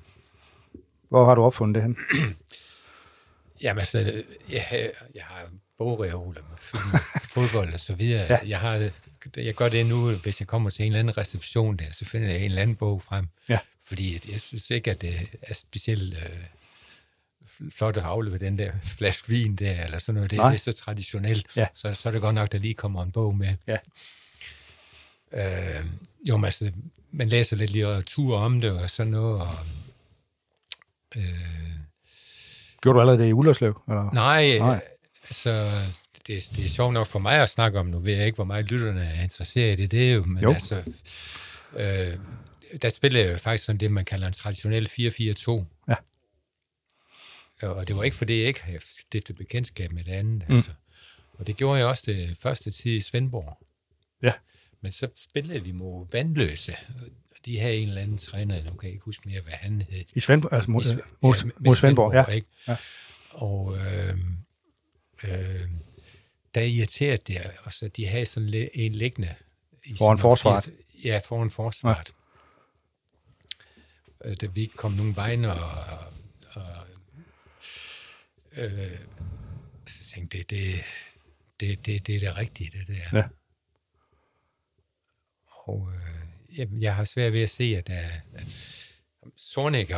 Hvor har du opfundet det hen? Jamen altså, jeg har bogreoler med fodbold og så videre. Ja. Jeg gør det nu, hvis jeg kommer til en eller anden reception der, så finder jeg en eller anden bog frem. Ja. Fordi jeg synes ikke, at det er specielt flot at aflevere den der flaske vin der, eller sådan noget. Det er så traditionelt. Ja. Så er det godt nok, der lige kommer en bog med. Ja. Jo, men altså, man læser lidt litteratur om det og sådan noget, og gjorde du allerede det i Ullerslev? Eller? Nej. Altså, det er sjovt nok for mig at snakke om. Nu ved jeg ikke, hvor meget lytterne er interesseret i det jo, men altså, der spiller jeg jo faktisk sådan det, man kalder en traditionel 4-4-2. Ja. Og det var ikke, fordi jeg ikke havde stiftet bekendtskab med det andet. Altså. Og det gjorde jeg også det første tid i Svendborg. Ja. Men så spillede vi mod Vandløse. De havde en eller anden træner, jeg kan ikke huske mere, hvad han hed. I Svendborg, altså mod Svendborg, ja. Ikke? Ja. Og der irriterede det, og så de havde sådan en liggende. Foran forsvaret? Ja, foran forsvaret. Ja. Da vi ikke kom nogen vegne, så tænkte jeg, det er det rigtige, det der. Ja. Og jeg har svært ved at se, at Sorniger,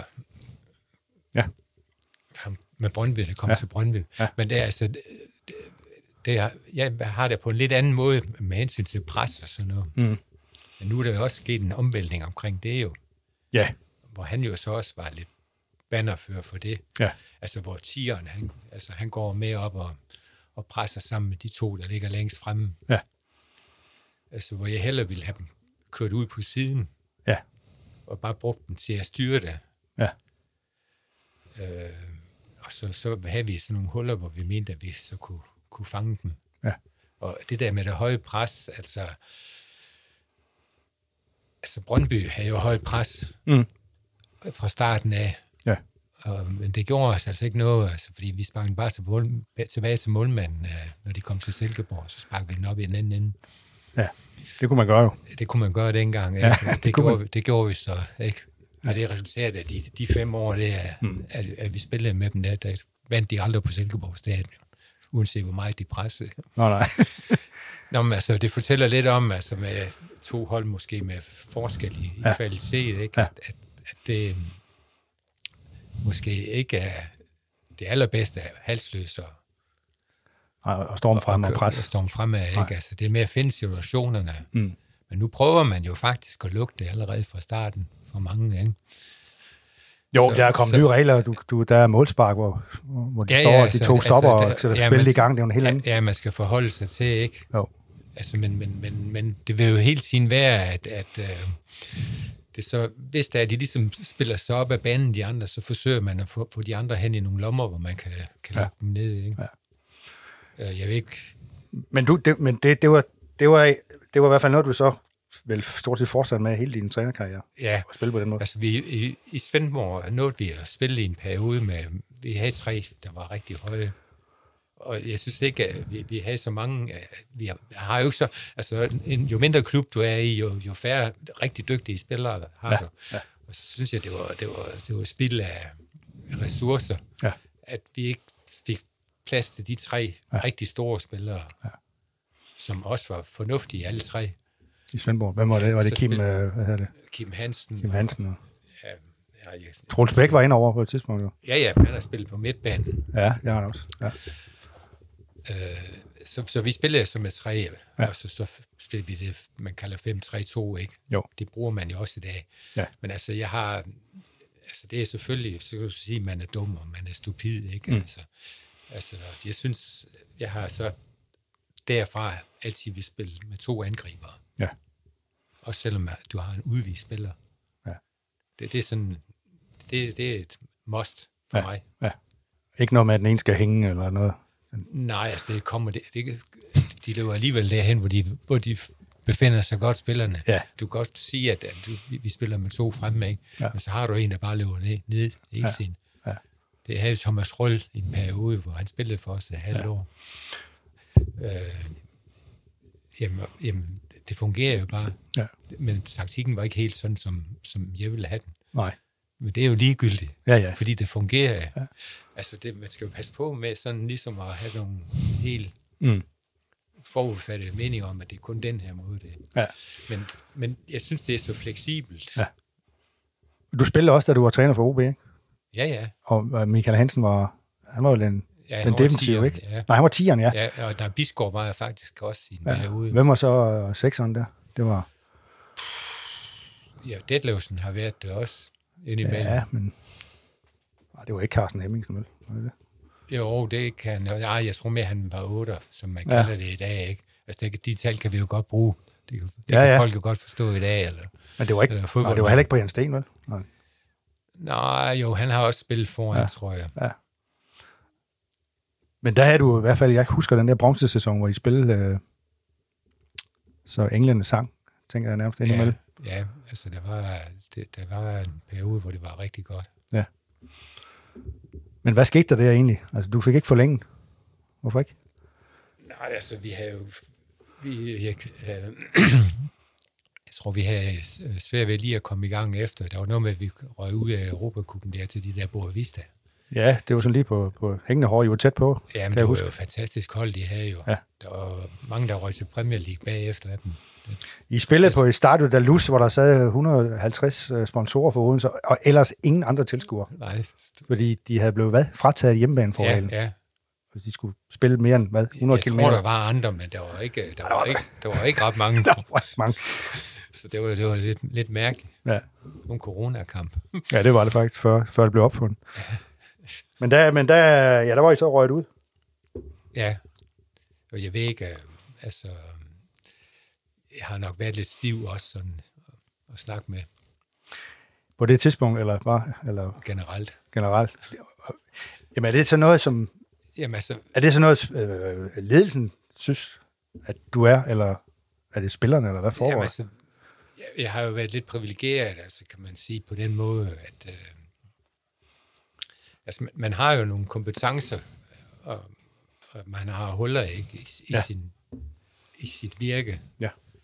med Brøndby, der kom til Brøndby, men det er altså, jeg har det på en lidt anden måde med hensyn til pres og sådan noget. Men nu er der jo også sket en omvæltning omkring det jo. Ja. Hvor han jo så også var lidt bannerfører for det. Ja. Altså hvor tieren, han går med op og presser sammen med de to, der ligger længst fremme. Ja. Altså hvor jeg hellere ville have dem kørt ud på siden. Ja. Og bare brugt dem til at styre det. Ja. Og så havde vi sådan nogle huller, hvor vi mente, at vi så kunne fange dem. Ja. Og det der med det høje pres, altså Brøndby havde jo højt pres fra starten af. Ja. Men det gjorde os altså ikke noget, altså, fordi vi sparkede bare tilbage til målmanden, når de kom til Silkeborg, så sparkede vi den op i den anden ende. Ja, det kunne man gøre jo. Det kunne man gøre dengang. Ja, det gjorde vi så, ikke? Men det er resultatet af de 5 år, det er, at vi spillede med dem der vandt de aldrig på Silkeborg Stadion, uanset hvor meget de pressede. Nej. Nå, men altså, det fortæller lidt om, altså med 2 hold måske med forskel i kvalitet, ikke? Ja. At det måske ikke er det allerbedste af halsløs Og storm frem og pres. Og storm fremad, ikke? Altså, det er med at finde situationerne. Men nu prøver man jo faktisk at lukke det allerede fra starten for mange, ikke? Jo, der er kommet nye regler. Der er målspark, hvor de står, de 2 stopper og sætter spillet i gang. Det er jo en helt anden. Ja, man skal forholde sig til, ikke? Jo. Altså, men det vil jo hele tiden være, at det så, hvis der er, de ligesom spiller sig op af banen, de andre, så forsøger man at få de andre hen i nogle lommer, hvor man kan lukke dem ned, ikke? Ja. Jeg ved ikke... Men det var i hvert fald noget, du så vel stort set fortsat med hele din trænerkarriere. Ja. At spille på den måde. Altså, i Svendborg nåede vi at spille i en periode med... Vi havde 3, der var rigtig høje. Og jeg synes ikke, at vi havde så mange... Vi har jo ikke så... Altså, jo mindre klub du er i, jo færre rigtig dygtige spillere har du. Ja. Og så synes jeg, det var spild af ressourcer, at vi ikke fik plads til de 3 rigtig store spillere, som også var fornuftige, alle 3. I Svendborg. Hvem var det? Var det Kim, hvad hedder det? Kim Hansen. Kim Hansen. Ja, Troels Bæk var inde over på et tidspunkt, jo. Ja, han har spillet på midtbanen. Ja, det har han også. Ja. Så vi spillede så med 3, og så spillede vi det, man kalder 5-3-2, ikke? Jo. Det bruger man jo også i dag. Ja. Men altså, det er selvfølgelig, så kan du sige, man er dum, og man er stupid, ikke? Altså, jeg synes, jeg har så derfra altid vil spille med 2 angribere. Ja. Også selvom du har en udvist spiller. Ja. Det er sådan, det er et must for mig. Ja. Ikke noget med, at den ene skal hænge eller noget? Nej, altså de løber alligevel derhen, hvor de befinder sig godt, spillerne. Ja. Du kan godt sige, at vi spiller med 2 fremme, ikke? Ja. Men så har du en, der bare løber ned hele tiden. Ja. Det havde Thomas Røll i en periode, hvor han spillede for os et halvt år. Jamen, det fungerer jo bare. Ja. Men taktikken var ikke helt sådan, som jeg ville have den. Nej. Men det er jo ligegyldigt, fordi det fungerer. Ja. Altså, man skal jo passe på med sådan ligesom at have nogle helt forudfattede meninger om, at det er kun den her måde. Det. Ja. Men jeg synes, det er så fleksibelt. Ja. Du spillede også, da du var træner for OB, ikke? Ja. Og Michael Hansen var jo den defensive, ikke? Ja. Nej, han var 10'eren, ja. Ja, og der Bisgaard var jeg faktisk også i en periode. Hvem var så 6'eren der? Det var... Ja, Detlevsen har været det også indimellem. Ja, men... det var ikke Carsten Hemmingsen, vel? Var det? Jo, det kan... jeg tror mere, han var 8'er, som man kalder det i dag, ikke? Altså, de tal kan vi jo godt bruge. Det kan folk jo godt forstå i dag, eller... Men det var ikke... det var heller ikke Brian Sten, vel? Nej, jo, han har også spillet foran, tror jeg. Ja. Men der havde du i hvert fald... Jeg husker den der bronzesæson, hvor I spillede... så England sang, tænker jeg nærmest indimellem. Ja, altså der var en periode, hvor det var rigtig godt. Ja. Men hvad skete der egentlig? Altså, du fik ikke forlænget. Hvorfor ikke? Nej, altså, vi havde jo... jeg tror, vi havde svært ved lige at komme i gang efter. Der var noget med, at vi røg ud af Europacupen der til de der Boa Vista. Ja, det var sådan lige på hængende hår. I var tæt på. Ja, men det var jo fantastisk hold, de havde jo. Ja. Der var mange, der røg til Premier League bagefter af dem. I spillede på et Stadio da Luz, hvor der sad 150 sponsorer for Odense, og ellers ingen andre tilskuere. Nej. Fordi de havde blevet frataget hjemmebanefordelen. Ja. De skulle spille mere end 100 km. Jeg tror, der var andre, men der var ikke ret mange. Der var ikke mange. Så det var lidt mærkeligt. Ja. Nogle coronakamp. Ja, det var det faktisk, før det blev opfundet. Ja. Men der var I så røget ud. Ja, og jeg ved ikke, altså... Jeg har nok været lidt stiv også sådan at snakke med. På det tidspunkt, eller bare? Eller? Generelt. Jamen er det så noget, som... Jamen altså... Er det så noget, ledelsen synes, at du er, eller er det spillerne, eller hvad foregår? Jamen altså, jeg har jo været lidt privilegeret, altså kan man sige på den måde, at altså, man har jo nogle kompetencer, og man har huller ikke, i sit virke. Ja.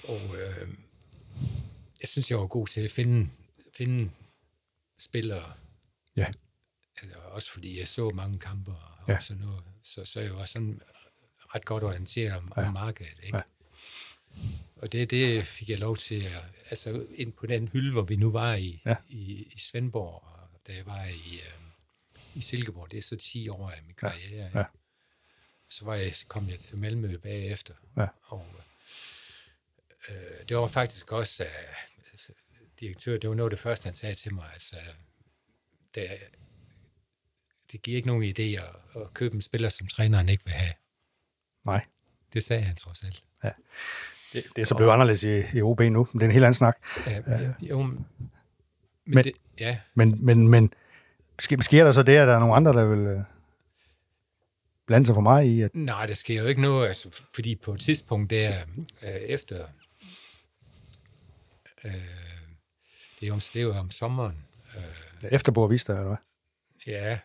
Og jeg synes, jeg var god til at finde spillere. Ja. Altså, også fordi jeg så mange kampe og sådan noget. Så jeg var sådan ret godt orienteret om markedet. Ikke? Ja. Og det fik jeg lov til altså ind på den hylde, hvor vi nu var i Svendborg, og da jeg var i Silkeborg. Det er så 10 år af min karriere. Ja. Så kom jeg til Malmø bagefter. Ja. Og det var faktisk også direktør, det var noget af det første, han sagde til mig, altså det giver ikke nogen idé at købe en spiller, som træneren ikke vil have. Nej. Det sagde han trods alt. Ja. Det er så blevet anderledes i OB nu, men det er en helt anden snak. Men sker der så det, at der er nogle andre, der vil blande sig for mig i? At... Nej, der sker jo ikke noget, altså, fordi på et tidspunkt der efter... det er jo om sommeren. Efter Boavista, eller hvad? Ja.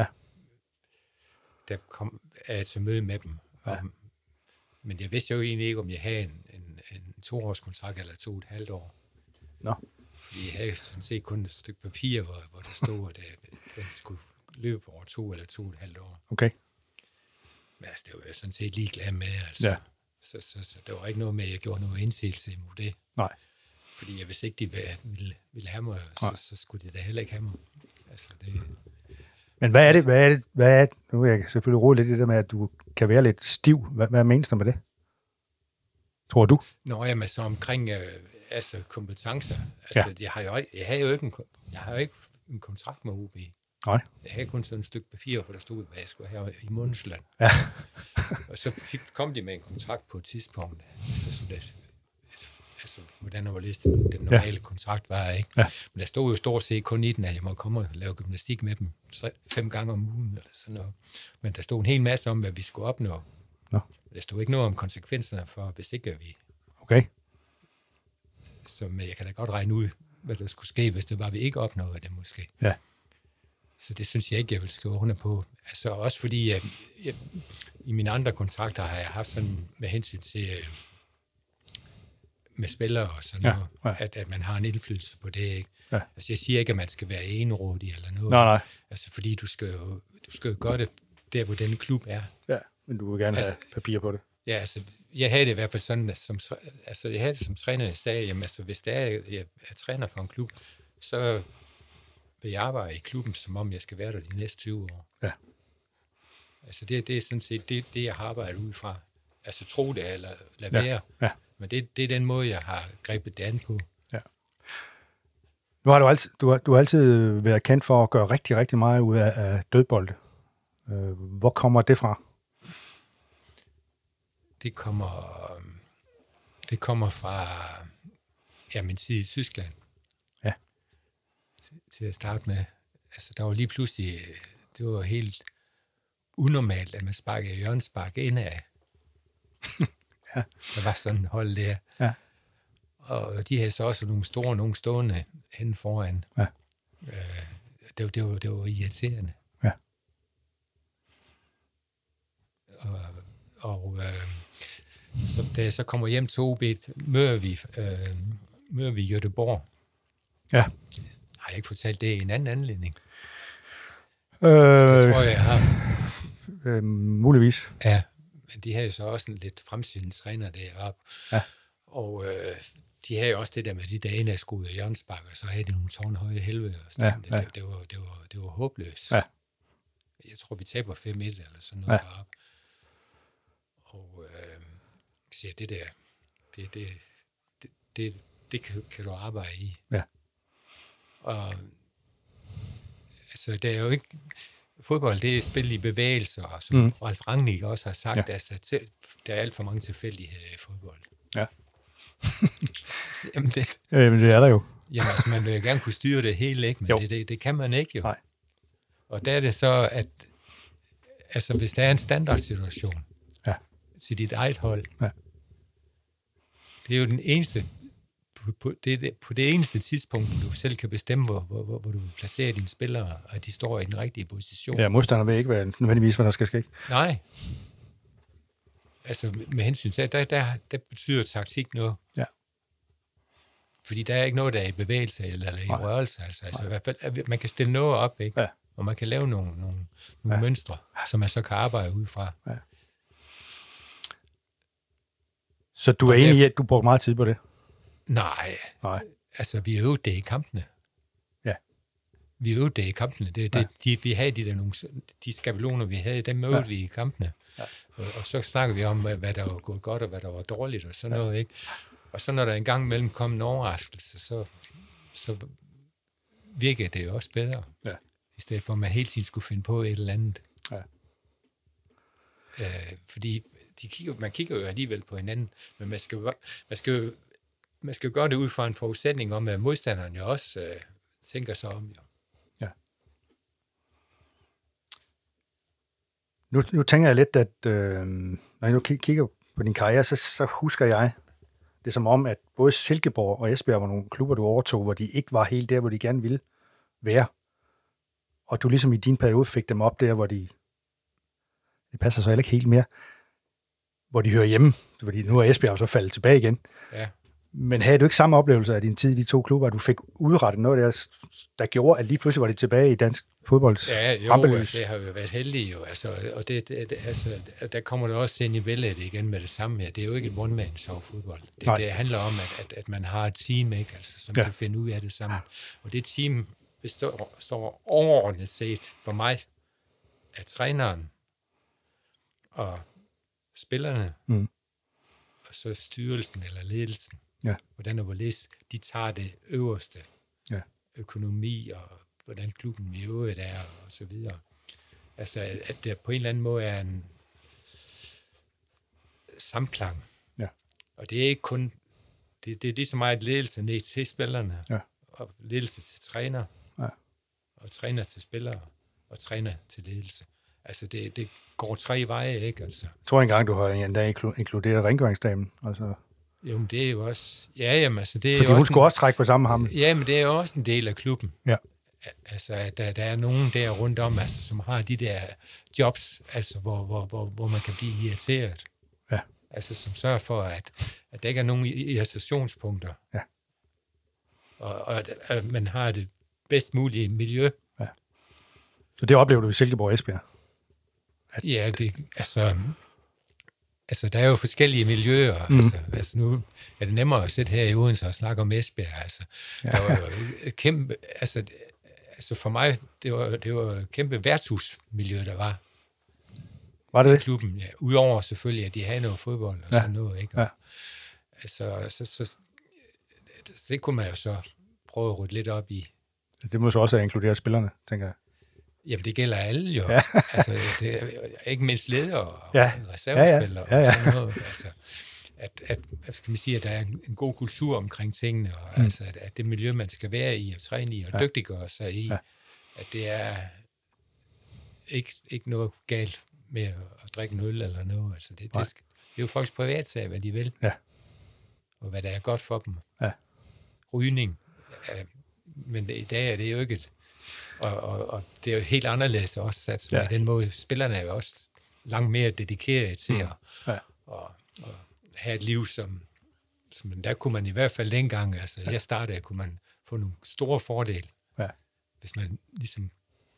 Der er jeg til møde med dem. Ja. Men jeg vidste jo egentlig ikke, om jeg havde en 2-årskontrakt eller 2,5 år. Nå. Fordi jeg havde sådan set kun et stykke papir, hvor der stod, at den skulle løbe over 2 eller 2,5 år. Okay. Men altså, det var jeg sådan set ligeglad med. Altså. Ja. Så der var ikke noget med, at jeg gjorde noget indsigelse imod det. Nej. Fordi hvis ikke de ville have mig, så skulle de da heller ikke have mig. Altså, det... Men hvad er det? Nu er jeg selvfølgelig roligt lidt det der med, at du kan være lidt stiv. Hvad menes der med det? Tror du? Nå, jamen så omkring kompetencer. Altså, jeg har jo ikke en kontrakt med OB. Nej. Jeg havde kun sådan et stykke papir, for der stod, hvad jeg skulle have i månedsløn. Ja. Og så kom de med en kontrakt på et tidspunkt. Altså, hvordan den normale kontrakt var, ikke? Ja. Men der stod jo stort set kun i den, at jeg må komme og lave gymnastik med dem 5 gange om ugen, eller sådan noget. Men der stod en hel masse om, hvad vi skulle opnå. Nå. Der stod ikke noget om konsekvenserne for, hvis ikke vi... Okay. Så jeg kan da godt regne ud, hvad der skulle ske, hvis det var, vi ikke opnåede det, måske. Ja. Så det synes jeg ikke, jeg vil skrive under på. Altså også fordi, i mine andre kontrakter har jeg haft sådan med hensyn til... med spillere og sådan noget, at man har en indflydelse på det, ikke? Ja. Altså, jeg siger ikke, at man skal være enerådig eller noget. Nej. Altså, fordi du skal jo gøre det der, hvor den klub er. Ja, men du vil gerne have papir på det. Ja, altså, jeg havde det i hvert fald sådan, jeg havde det som træner, jeg sagde, jamen, altså, hvis jeg er træner for en klub, så vil jeg arbejde i klubben, som om jeg skal være der de næste 20 år. Ja. Altså, det er sådan set det, jeg har arbejdet ud fra. Altså, tro det, eller lad være. Ja. Men det er den måde, jeg har grebet det an på. Ja. Nu har du har altid været kendt for at gøre rigtig, rigtig meget ud af dødbolde. Hvor kommer det fra? Det kommer fra min tid i Tyskland. Ja. Til at starte med. Altså, der var lige pludselig, det var helt unormalt, at man sparkede hjørnespark indad. Ja. Der var sådan et hold der. Ja. Og de havde så også nogle stående henne foran. Ja. Det var irriterende. Ja. Så da jeg så kommer hjem til OB, møder vi Göteborg. Ja. Har jeg ikke fortalt det i en anden anledning? Det tror jeg har. Muligvis. Ja. Men de havde jo så også en lidt fremsynet træner deroppe. Ja. Og de havde jo også det der med de dage, der skulle ud af hjørnespark, og så havde de nogle tårnhøje helvede. Og sådan. Ja. Det var håbløst. Ja. Jeg tror, vi taber 5-1 eller sådan noget deroppe. Og siger, det der, det kan du arbejde i. Ja. Og altså, det er jo ikke... Fodbold, det er spil i bevægelser, og som Ralf Rangnick også har sagt, altså, der er alt for mange tilfældigheder i fodbold. Ja. Jamen, det er der jo. Jamen, altså, man vil jo gerne kunne styre det hele, ikke? Men det kan man ikke jo. Nej. Og der er det så, at altså, hvis der er en standardsituation til dit eget hold, det er jo den eneste... På det eneste tidspunkt, hvor du selv kan bestemme, hvor du placerer dine spillere, og de står i den rigtige position. Ja, modstander vil ikke være nødvendigvis, hvad der skal ske. Nej. altså med hensyn til, der betyder taktik noget. Ja. Fordi der er ikke noget, der er i bevægelse eller i rørelse. Altså i hvert fald, man kan stille noget op, ikke? Ja. Og man kan lave nogle mønstre, som man så kan arbejde ud fra. Ja. Så du er enig i, at du brugte meget tid på det? Nej. Altså, vi øvede det i kampene. Ja. Vi øvede det i kampene. Vi havde de skabeloner, vi havde, dem øvede vi i kampene. Ja. Og så snakker vi om, hvad der var gået godt, og hvad der var dårligt, og sådan noget, ikke? Og så når der engang imellem kom en overraskelse, så virkede det jo også bedre. Ja. I stedet for, at man hele tiden skulle finde på et eller andet. Ja. Fordi man kigger jo alligevel på hinanden, men man skal gøre det ud fra en forudsætning om, at modstanderen jo også tænker sig om. Jo. Ja. Nu tænker jeg lidt, at når jeg nu kigger på din karriere, så husker jeg det som om, at både Silkeborg og Esbjerg var nogle klubber, du overtog, hvor de ikke var helt der, hvor de gerne ville være. Og du ligesom i din periode fik dem op der, hvor det passer så heller ikke helt mere, hvor de hører hjemme, fordi nu er Esbjerg så faldet tilbage igen. Ja. Men havde du ikke samme oplevelse af din tid i de to klubber, at du fik udrettet noget der gjorde, at lige pludselig var de tilbage i dansk fodbolds rampelys? Det har jo været heldigt jo, altså, og altså, der kommer det også ind i billedet igen med det samme her. Det er jo ikke et one-man-show fodbold. Det handler om, at man har et team, ikke? Altså, som kan finde ud af det sammen. Og det team består overordnet set for mig af træneren og spillerne, og så styrelsen eller ledelsen. Ja. Hvordan og hvorledes de tager det øverste. Ja. Økonomi og hvordan klubben i øvrigt er og så videre. Altså, at der på en eller anden måde er en samklang. Ja. Og det er ikke kun, det er lige så meget ledelse ned til spillerne, og ledelse til træner, og træner til spillere, og træner til ledelse. Altså, det går 3 veje, ikke? Altså. Jeg tror engang, du har endda inkluderet rengøringsdamen, altså. Jo, men det er jo også... Ja, jamen, altså det er fordi jo hun også skulle også trække på samme ham. Ja, men det er jo også en del af klubben. Ja. Altså, der er nogen der rundt om, altså, som har de der jobs, altså, hvor man kan blive irriteret. Ja. Altså, som sørger for, at der ikke er nogen irritationspunkter. Ja. Og at man har det bedst mulige miljø. Ja. Så det oplever du i Silkeborg og Esbjerg? Ja, Altså, der er jo forskellige miljøer. Altså, nu er det nemmere at sidde her i Odense og snakke om Esbjerg. Altså, der var jo et kæmpe... Altså for mig, det var et kæmpe værtshusmiljø, der var. Var det? I klubben, ja. Udover selvfølgelig, at de havde noget fodbold og sådan noget, ikke? Og, altså, så det kunne man jo så prøve at rydde lidt op i. Det må så også have inkluderet spillerne, tænker jeg. Jamen, det gælder alle jo. Ja. Altså, det er ikke mindst ledere og reservespillere og sådan noget. Altså, at skal man sige, at der er en god kultur omkring tingene, og altså, at det miljø, man skal være i og træne i og dygtiggøre sig i, at det er ikke noget galt med at drikke en øl eller noget. Altså, det er jo folks privatsag, hvad de vil. Ja. Og hvad der er godt for dem. Ja. Rygning. Men i dag er det jo ikke et... Og det er jo helt anderledes også, at med den måde, spillerne er jo også langt mere dedikeret til at have et liv, som der kunne man i hvert fald dengang, altså jeg startede, kunne man få nogle store fordele, hvis man ligesom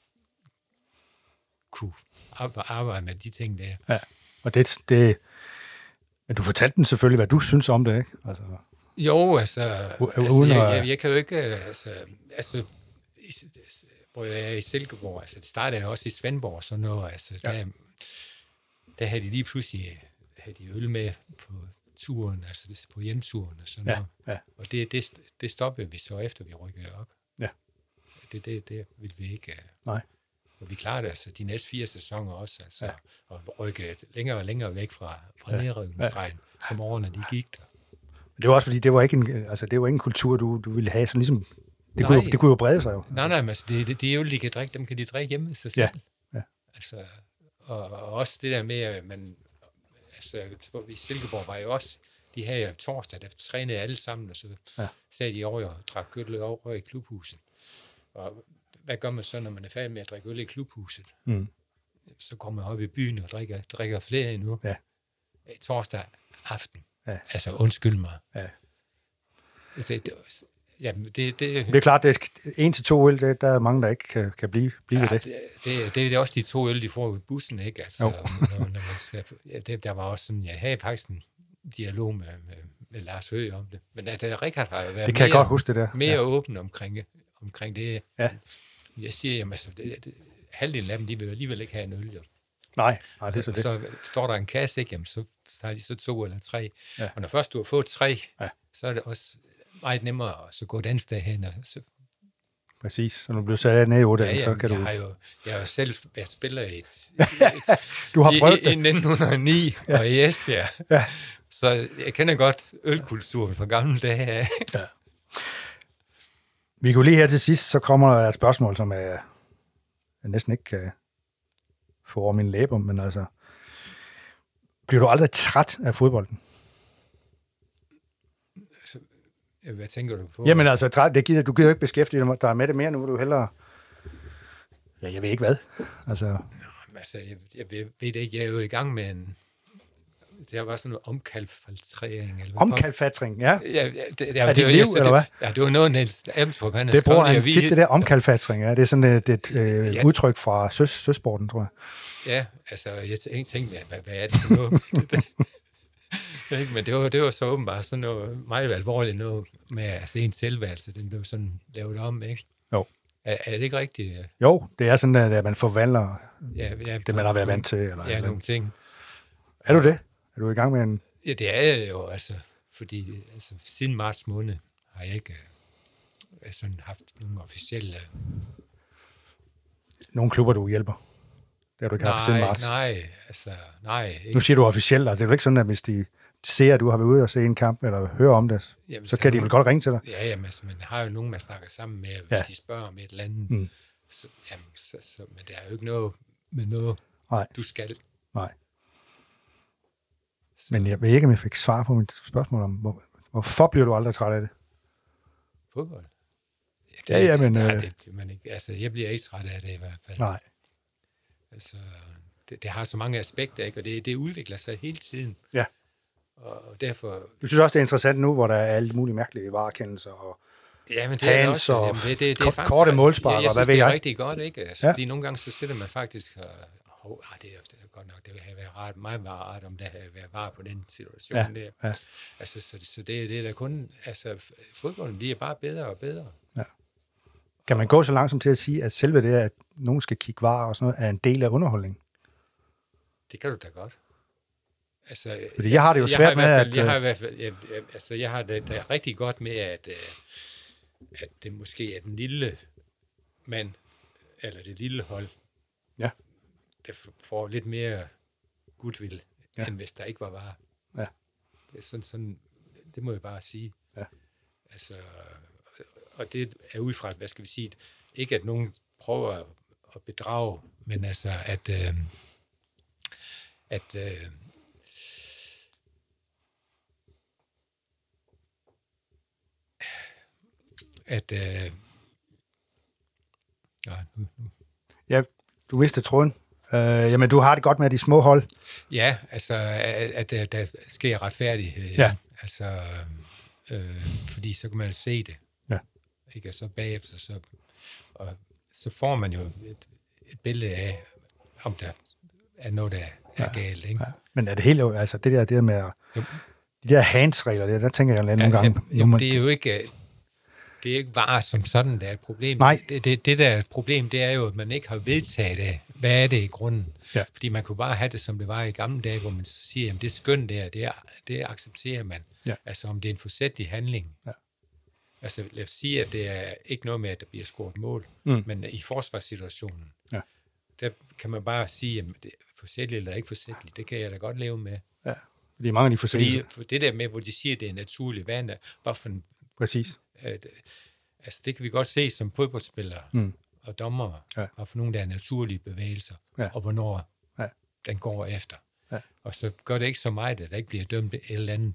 kunne arbejde med de ting der. Ja, og men du fortalte den selvfølgelig, hvad du synes om det, ikke? Altså, jo, altså jeg kan jo ikke, altså hvor jeg er i Silkeborg, altså det startede også i Svendborg og sådan noget, altså der havde de lige pludselig øl med på turen, altså på hjemturen og sådan noget. Ja. Og det stoppede vi så efter vi rykkede op. Ja. Det ville vi ikke. Nej. Og vi klarede altså de næste 4 sæsoner også, altså og rykke længere og længere væk fra nedrykningsstregen, som årene de gik der. Det var også fordi det var ikke en kultur du ville have, sådan ligesom det kunne jo brede sig jo. Nej, men altså, det er jo, de kan drikke, dem kan de drikke hjemme med sig selv. Ja. Altså, og også det der med, at man, altså, i Silkeborg var jo også, de havde jo torsdag, der trænede alle sammen, og så sad de over og drak øl over i klubhuset. Og hvad gør man så, når man er færdig med at drikke øl i klubhuset? Så kommer man op i byen og drikker flere endnu. Ja. torsdag aften. Ja. Altså, undskyld mig. Ja. Det er klart, det er 1-2 øl, der er mange, der ikke kan blive ved det. Det er også de 2 øl, de får i bussen, ikke? Altså, når man ser, der var også sådan, jeg havde faktisk en dialog med Lars Høgh om det. Men Richard har jo været det kan jeg godt huske, det der. mere åben omkring det. Ja. Jeg siger, jamen, altså, halvdelen af dem, de vil alligevel ikke have en øl, jo. Nej, det er så det. Så står der en kasse, ikke? Jamen, så tager de så 2 eller 3. Ja. Og når først du har fået 3, så er det også meget nemmere at gå et andet sted hen. Og så... Præcis, så når du bliver sat ned i 8, så kan jeg har jo selv været spiller i du har prøvet i 1909 og i Esbjerg. Ja. Så jeg kender godt ølkulturen fra gamle dage. Ja. Vi kunne lige her til sidst, så kommer der et spørgsmål, som jeg næsten ikke kan få over mine læber, men altså, bliver du aldrig træt af fodbolden? Hvad tænker du på? Jamen altså, du gider ikke beskæftige dig med det mere, nu vil du hellere... Ja, jeg ved ikke hvad. Altså... Jeg ved det ikke. Jeg er jo i gang med en... Det var sådan noget omkalfatring. Omkalfatring, ja. Er dit liv, eller hvad? Ja, det var noget, Niels Amstrup, han det bruger han tit, det der omkalfatring, ja. Det er sådan et udtryk fra søsporten, tror jeg. Ja, altså, jeg tænkte, hvad er det for noget? Men det var så åbenbart sådan noget meget alvorligt noget med at se en tilværelse, den blev sådan lavet om, ikke? Jo. Er det ikke rigtigt? Jo, det er sådan, at man forvandler det, man har været vant til. Eller nogle ting. Er du det? Er du i gang med en... Ja, det er jeg jo, altså, fordi siden marts måned har jeg ikke sådan haft nogen officielle... Nogle klubber, du hjælper? Det har du ikke haft siden marts? Nej. Ikke. Nu siger du officielt, altså det er jo ikke sådan, at hvis de ser, at du har været ude og se en kamp, eller hører om det, så kan de vel godt ringe til dig? Ja, men man har jo nogen, man snakker sammen med, hvis de spørger om et eller andet. Men det er jo ikke noget med noget, du skal. Nej. Så. Men jeg ved ikke, om jeg fik svar på mit spørgsmål om, hvorfor bliver du aldrig træt af det? Fodbold? Jeg bliver ikke træt af det i hvert fald. Nej. Altså, det har så mange aspekter, ikke? Og det udvikler sig hele tiden. Ja. Og derfor... Du synes også, det er interessant nu, hvor der er alle mulige mærkelige varekendelser og men det er også, og det er faktisk, korte målsparker, hvad ved jeg? Jeg synes, det er rigtig godt, ikke? Altså, fordi nogle gange så sidder man faktisk det er godt nok, det vil have været rart, meget rart, om der havde været var på den situation der. Ja. Altså, så det er da kun... Altså, fodbolden bliver bare bedre og bedre. Ja. Kan man gå så langsomt til at sige, at selve det, at nogen skal kigge varer og sådan noget, er en del af underholdningen? Det kan du da godt. Altså, fordi jeg har det jo svært med, at... Jeg har det rigtig godt med, at det måske er den lille mand, eller det lille hold, der får lidt mere goodwill, end hvis der ikke var varer. Ja. Det er sådan, det må jeg bare sige. Ja. Altså, og det er ud fra, hvad skal vi sige, ikke at nogen prøver at bedrage, men altså, Ja, du mistede tråden. Jamen, du har det godt med de små hold. Ja, altså, at der sker retfærdighed. Ja. Altså, fordi så kan man se det. Ja. Ikke? Og så bagefter, så får man jo et billede af, om der er noget, der er galt. Ikke? Ja. Men er det helt, altså det der med de der hands-regler, der tænker jeg nogle gange. Det er jo ikke... Det er ikke varer som sådan, der er et problem. Nej. Det der er et problem, det er jo, at man ikke har vedtaget det. Hvad er det i grunden? Ja. Fordi man kunne bare have det, som det var i gamle dage, hvor man siger, at det er skønt det accepterer man. Ja. Altså om det er en forsætlig handling. Ja. Altså lad os sige, at det er ikke noget med, at der bliver scoret mål, men i forsvarssituationen, der kan man bare sige, at det er forsætligt eller ikke forsætligt. Det kan jeg da godt leve med. Ja, fordi mange af de forsætlige... For det der med, hvor de siger, at det er naturligt, hvad er for en... Præcis. Altså det kan vi godt se som fodboldspillere og dommere, og for nogle der er naturlige bevægelser, og hvornår den går efter. Ja. Og så gør det ikke så meget, at der ikke bliver dømt et eller andet.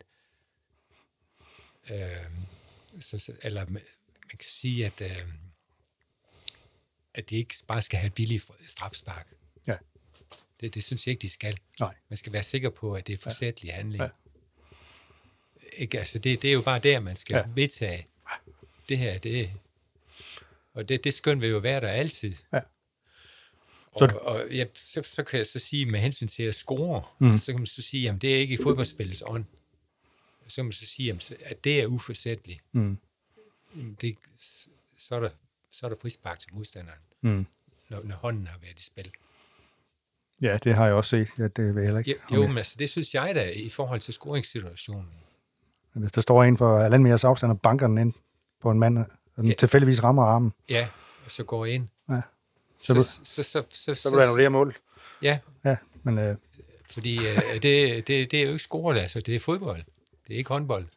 Eller man kan sige, at de ikke bare skal have et billigt strafspark. Ja. Det synes jeg ikke, de skal. Nej. Man skal være sikker på, at det er forsætlig handling. Ja. Ikke? Altså, det er jo bare der, man skal vedtage. Det her, det... Og det skøn vil jo være der altid. Ja. Så kan jeg så sige, med hensyn til at score, så kan man så sige, at det er ikke i fodboldspillets ånd. Så kan man så sige, at det er uforsætligt. Så er der frispark til modstanderen, når hånden har været i spil. Ja, det har jeg også set. Ja, det vil jeg heller ikke. Jo, men altså, det synes jeg da i forhold til scoringssituationen. Hvis der står en for 1,5 meters afstand og banker den ind på en mand, og den tilfældigvis rammer armen. Ja, og så går ind. Ja. Så vil du annullere mål. Ja. Ja, men... Fordi det er jo ikke scoret, altså. Det er fodbold. Det er ikke håndbold.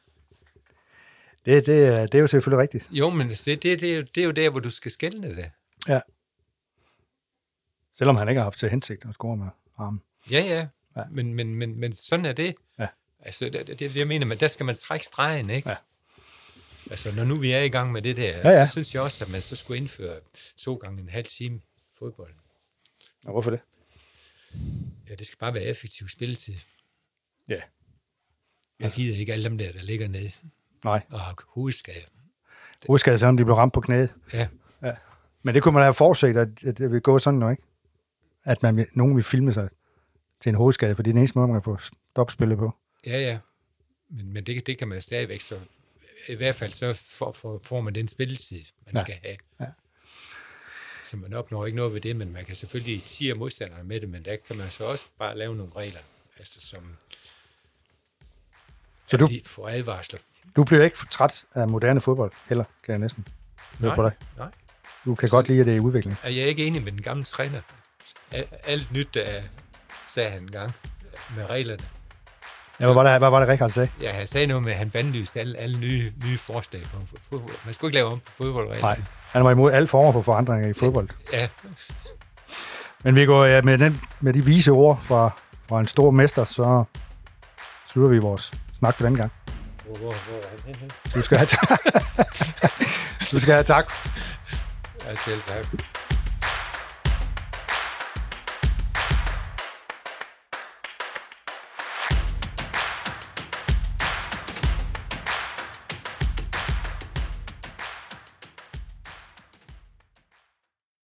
Det er jo selvfølgelig rigtigt. Jo, men det er jo der, hvor du skal skelne det. Ja. Selvom han ikke har haft til hensigt at score med armen. Ja. Men sådan er det. Ja. Altså, det jeg mener, men der skal man trække stregen, ikke? Ja. Altså, når nu vi er i gang med det der, så synes jeg også, at man så skulle indføre 2 gange en halv time fodbold. Og hvorfor det? Ja, det skal bare være effektiv spilletid. Ja. Jeg gider ikke alle dem der ligger nede. Nej. Og har hovedskade. Hovedskade, selvom de blev ramt på knæet. Ja. Men det kunne man have forudset, at det vil gå sådan nu, ikke? At nogen vil filme sig til en hovedskade, for det er den eneste måde, man kan få stopspillet på. Ja. Men det kan man stadigvæk, så i hvert fald så får man den spilletid, man skal have. Ja. Så man opnår ikke noget ved det, men man kan selvfølgelig tire modstanderne med det, men der kan man så også bare lave nogle regler, altså som så de får advarsler. Du bliver ikke træt af moderne fodbold heller, kan jeg næsten høre på dig. Nej. Du kan godt lide, at det er i udvikling. Jeg er ikke enig med den gamle træner. Alt nyt, sagde han en gang med reglerne. Ja, hvad var det Richard sagde? Ja, han sagde noget med, at han bandlyste alle nye forslag på fodbold. Man skulle ikke lave om på fodboldreglerne. Nej, han var imod alle former for forandringer i fodbold. Ja. Men vi går med de vise ord fra en stor mester, så slutter vi vores snak for den gang. Hvor er han henne? Du skal have tak. Ja, selv tak.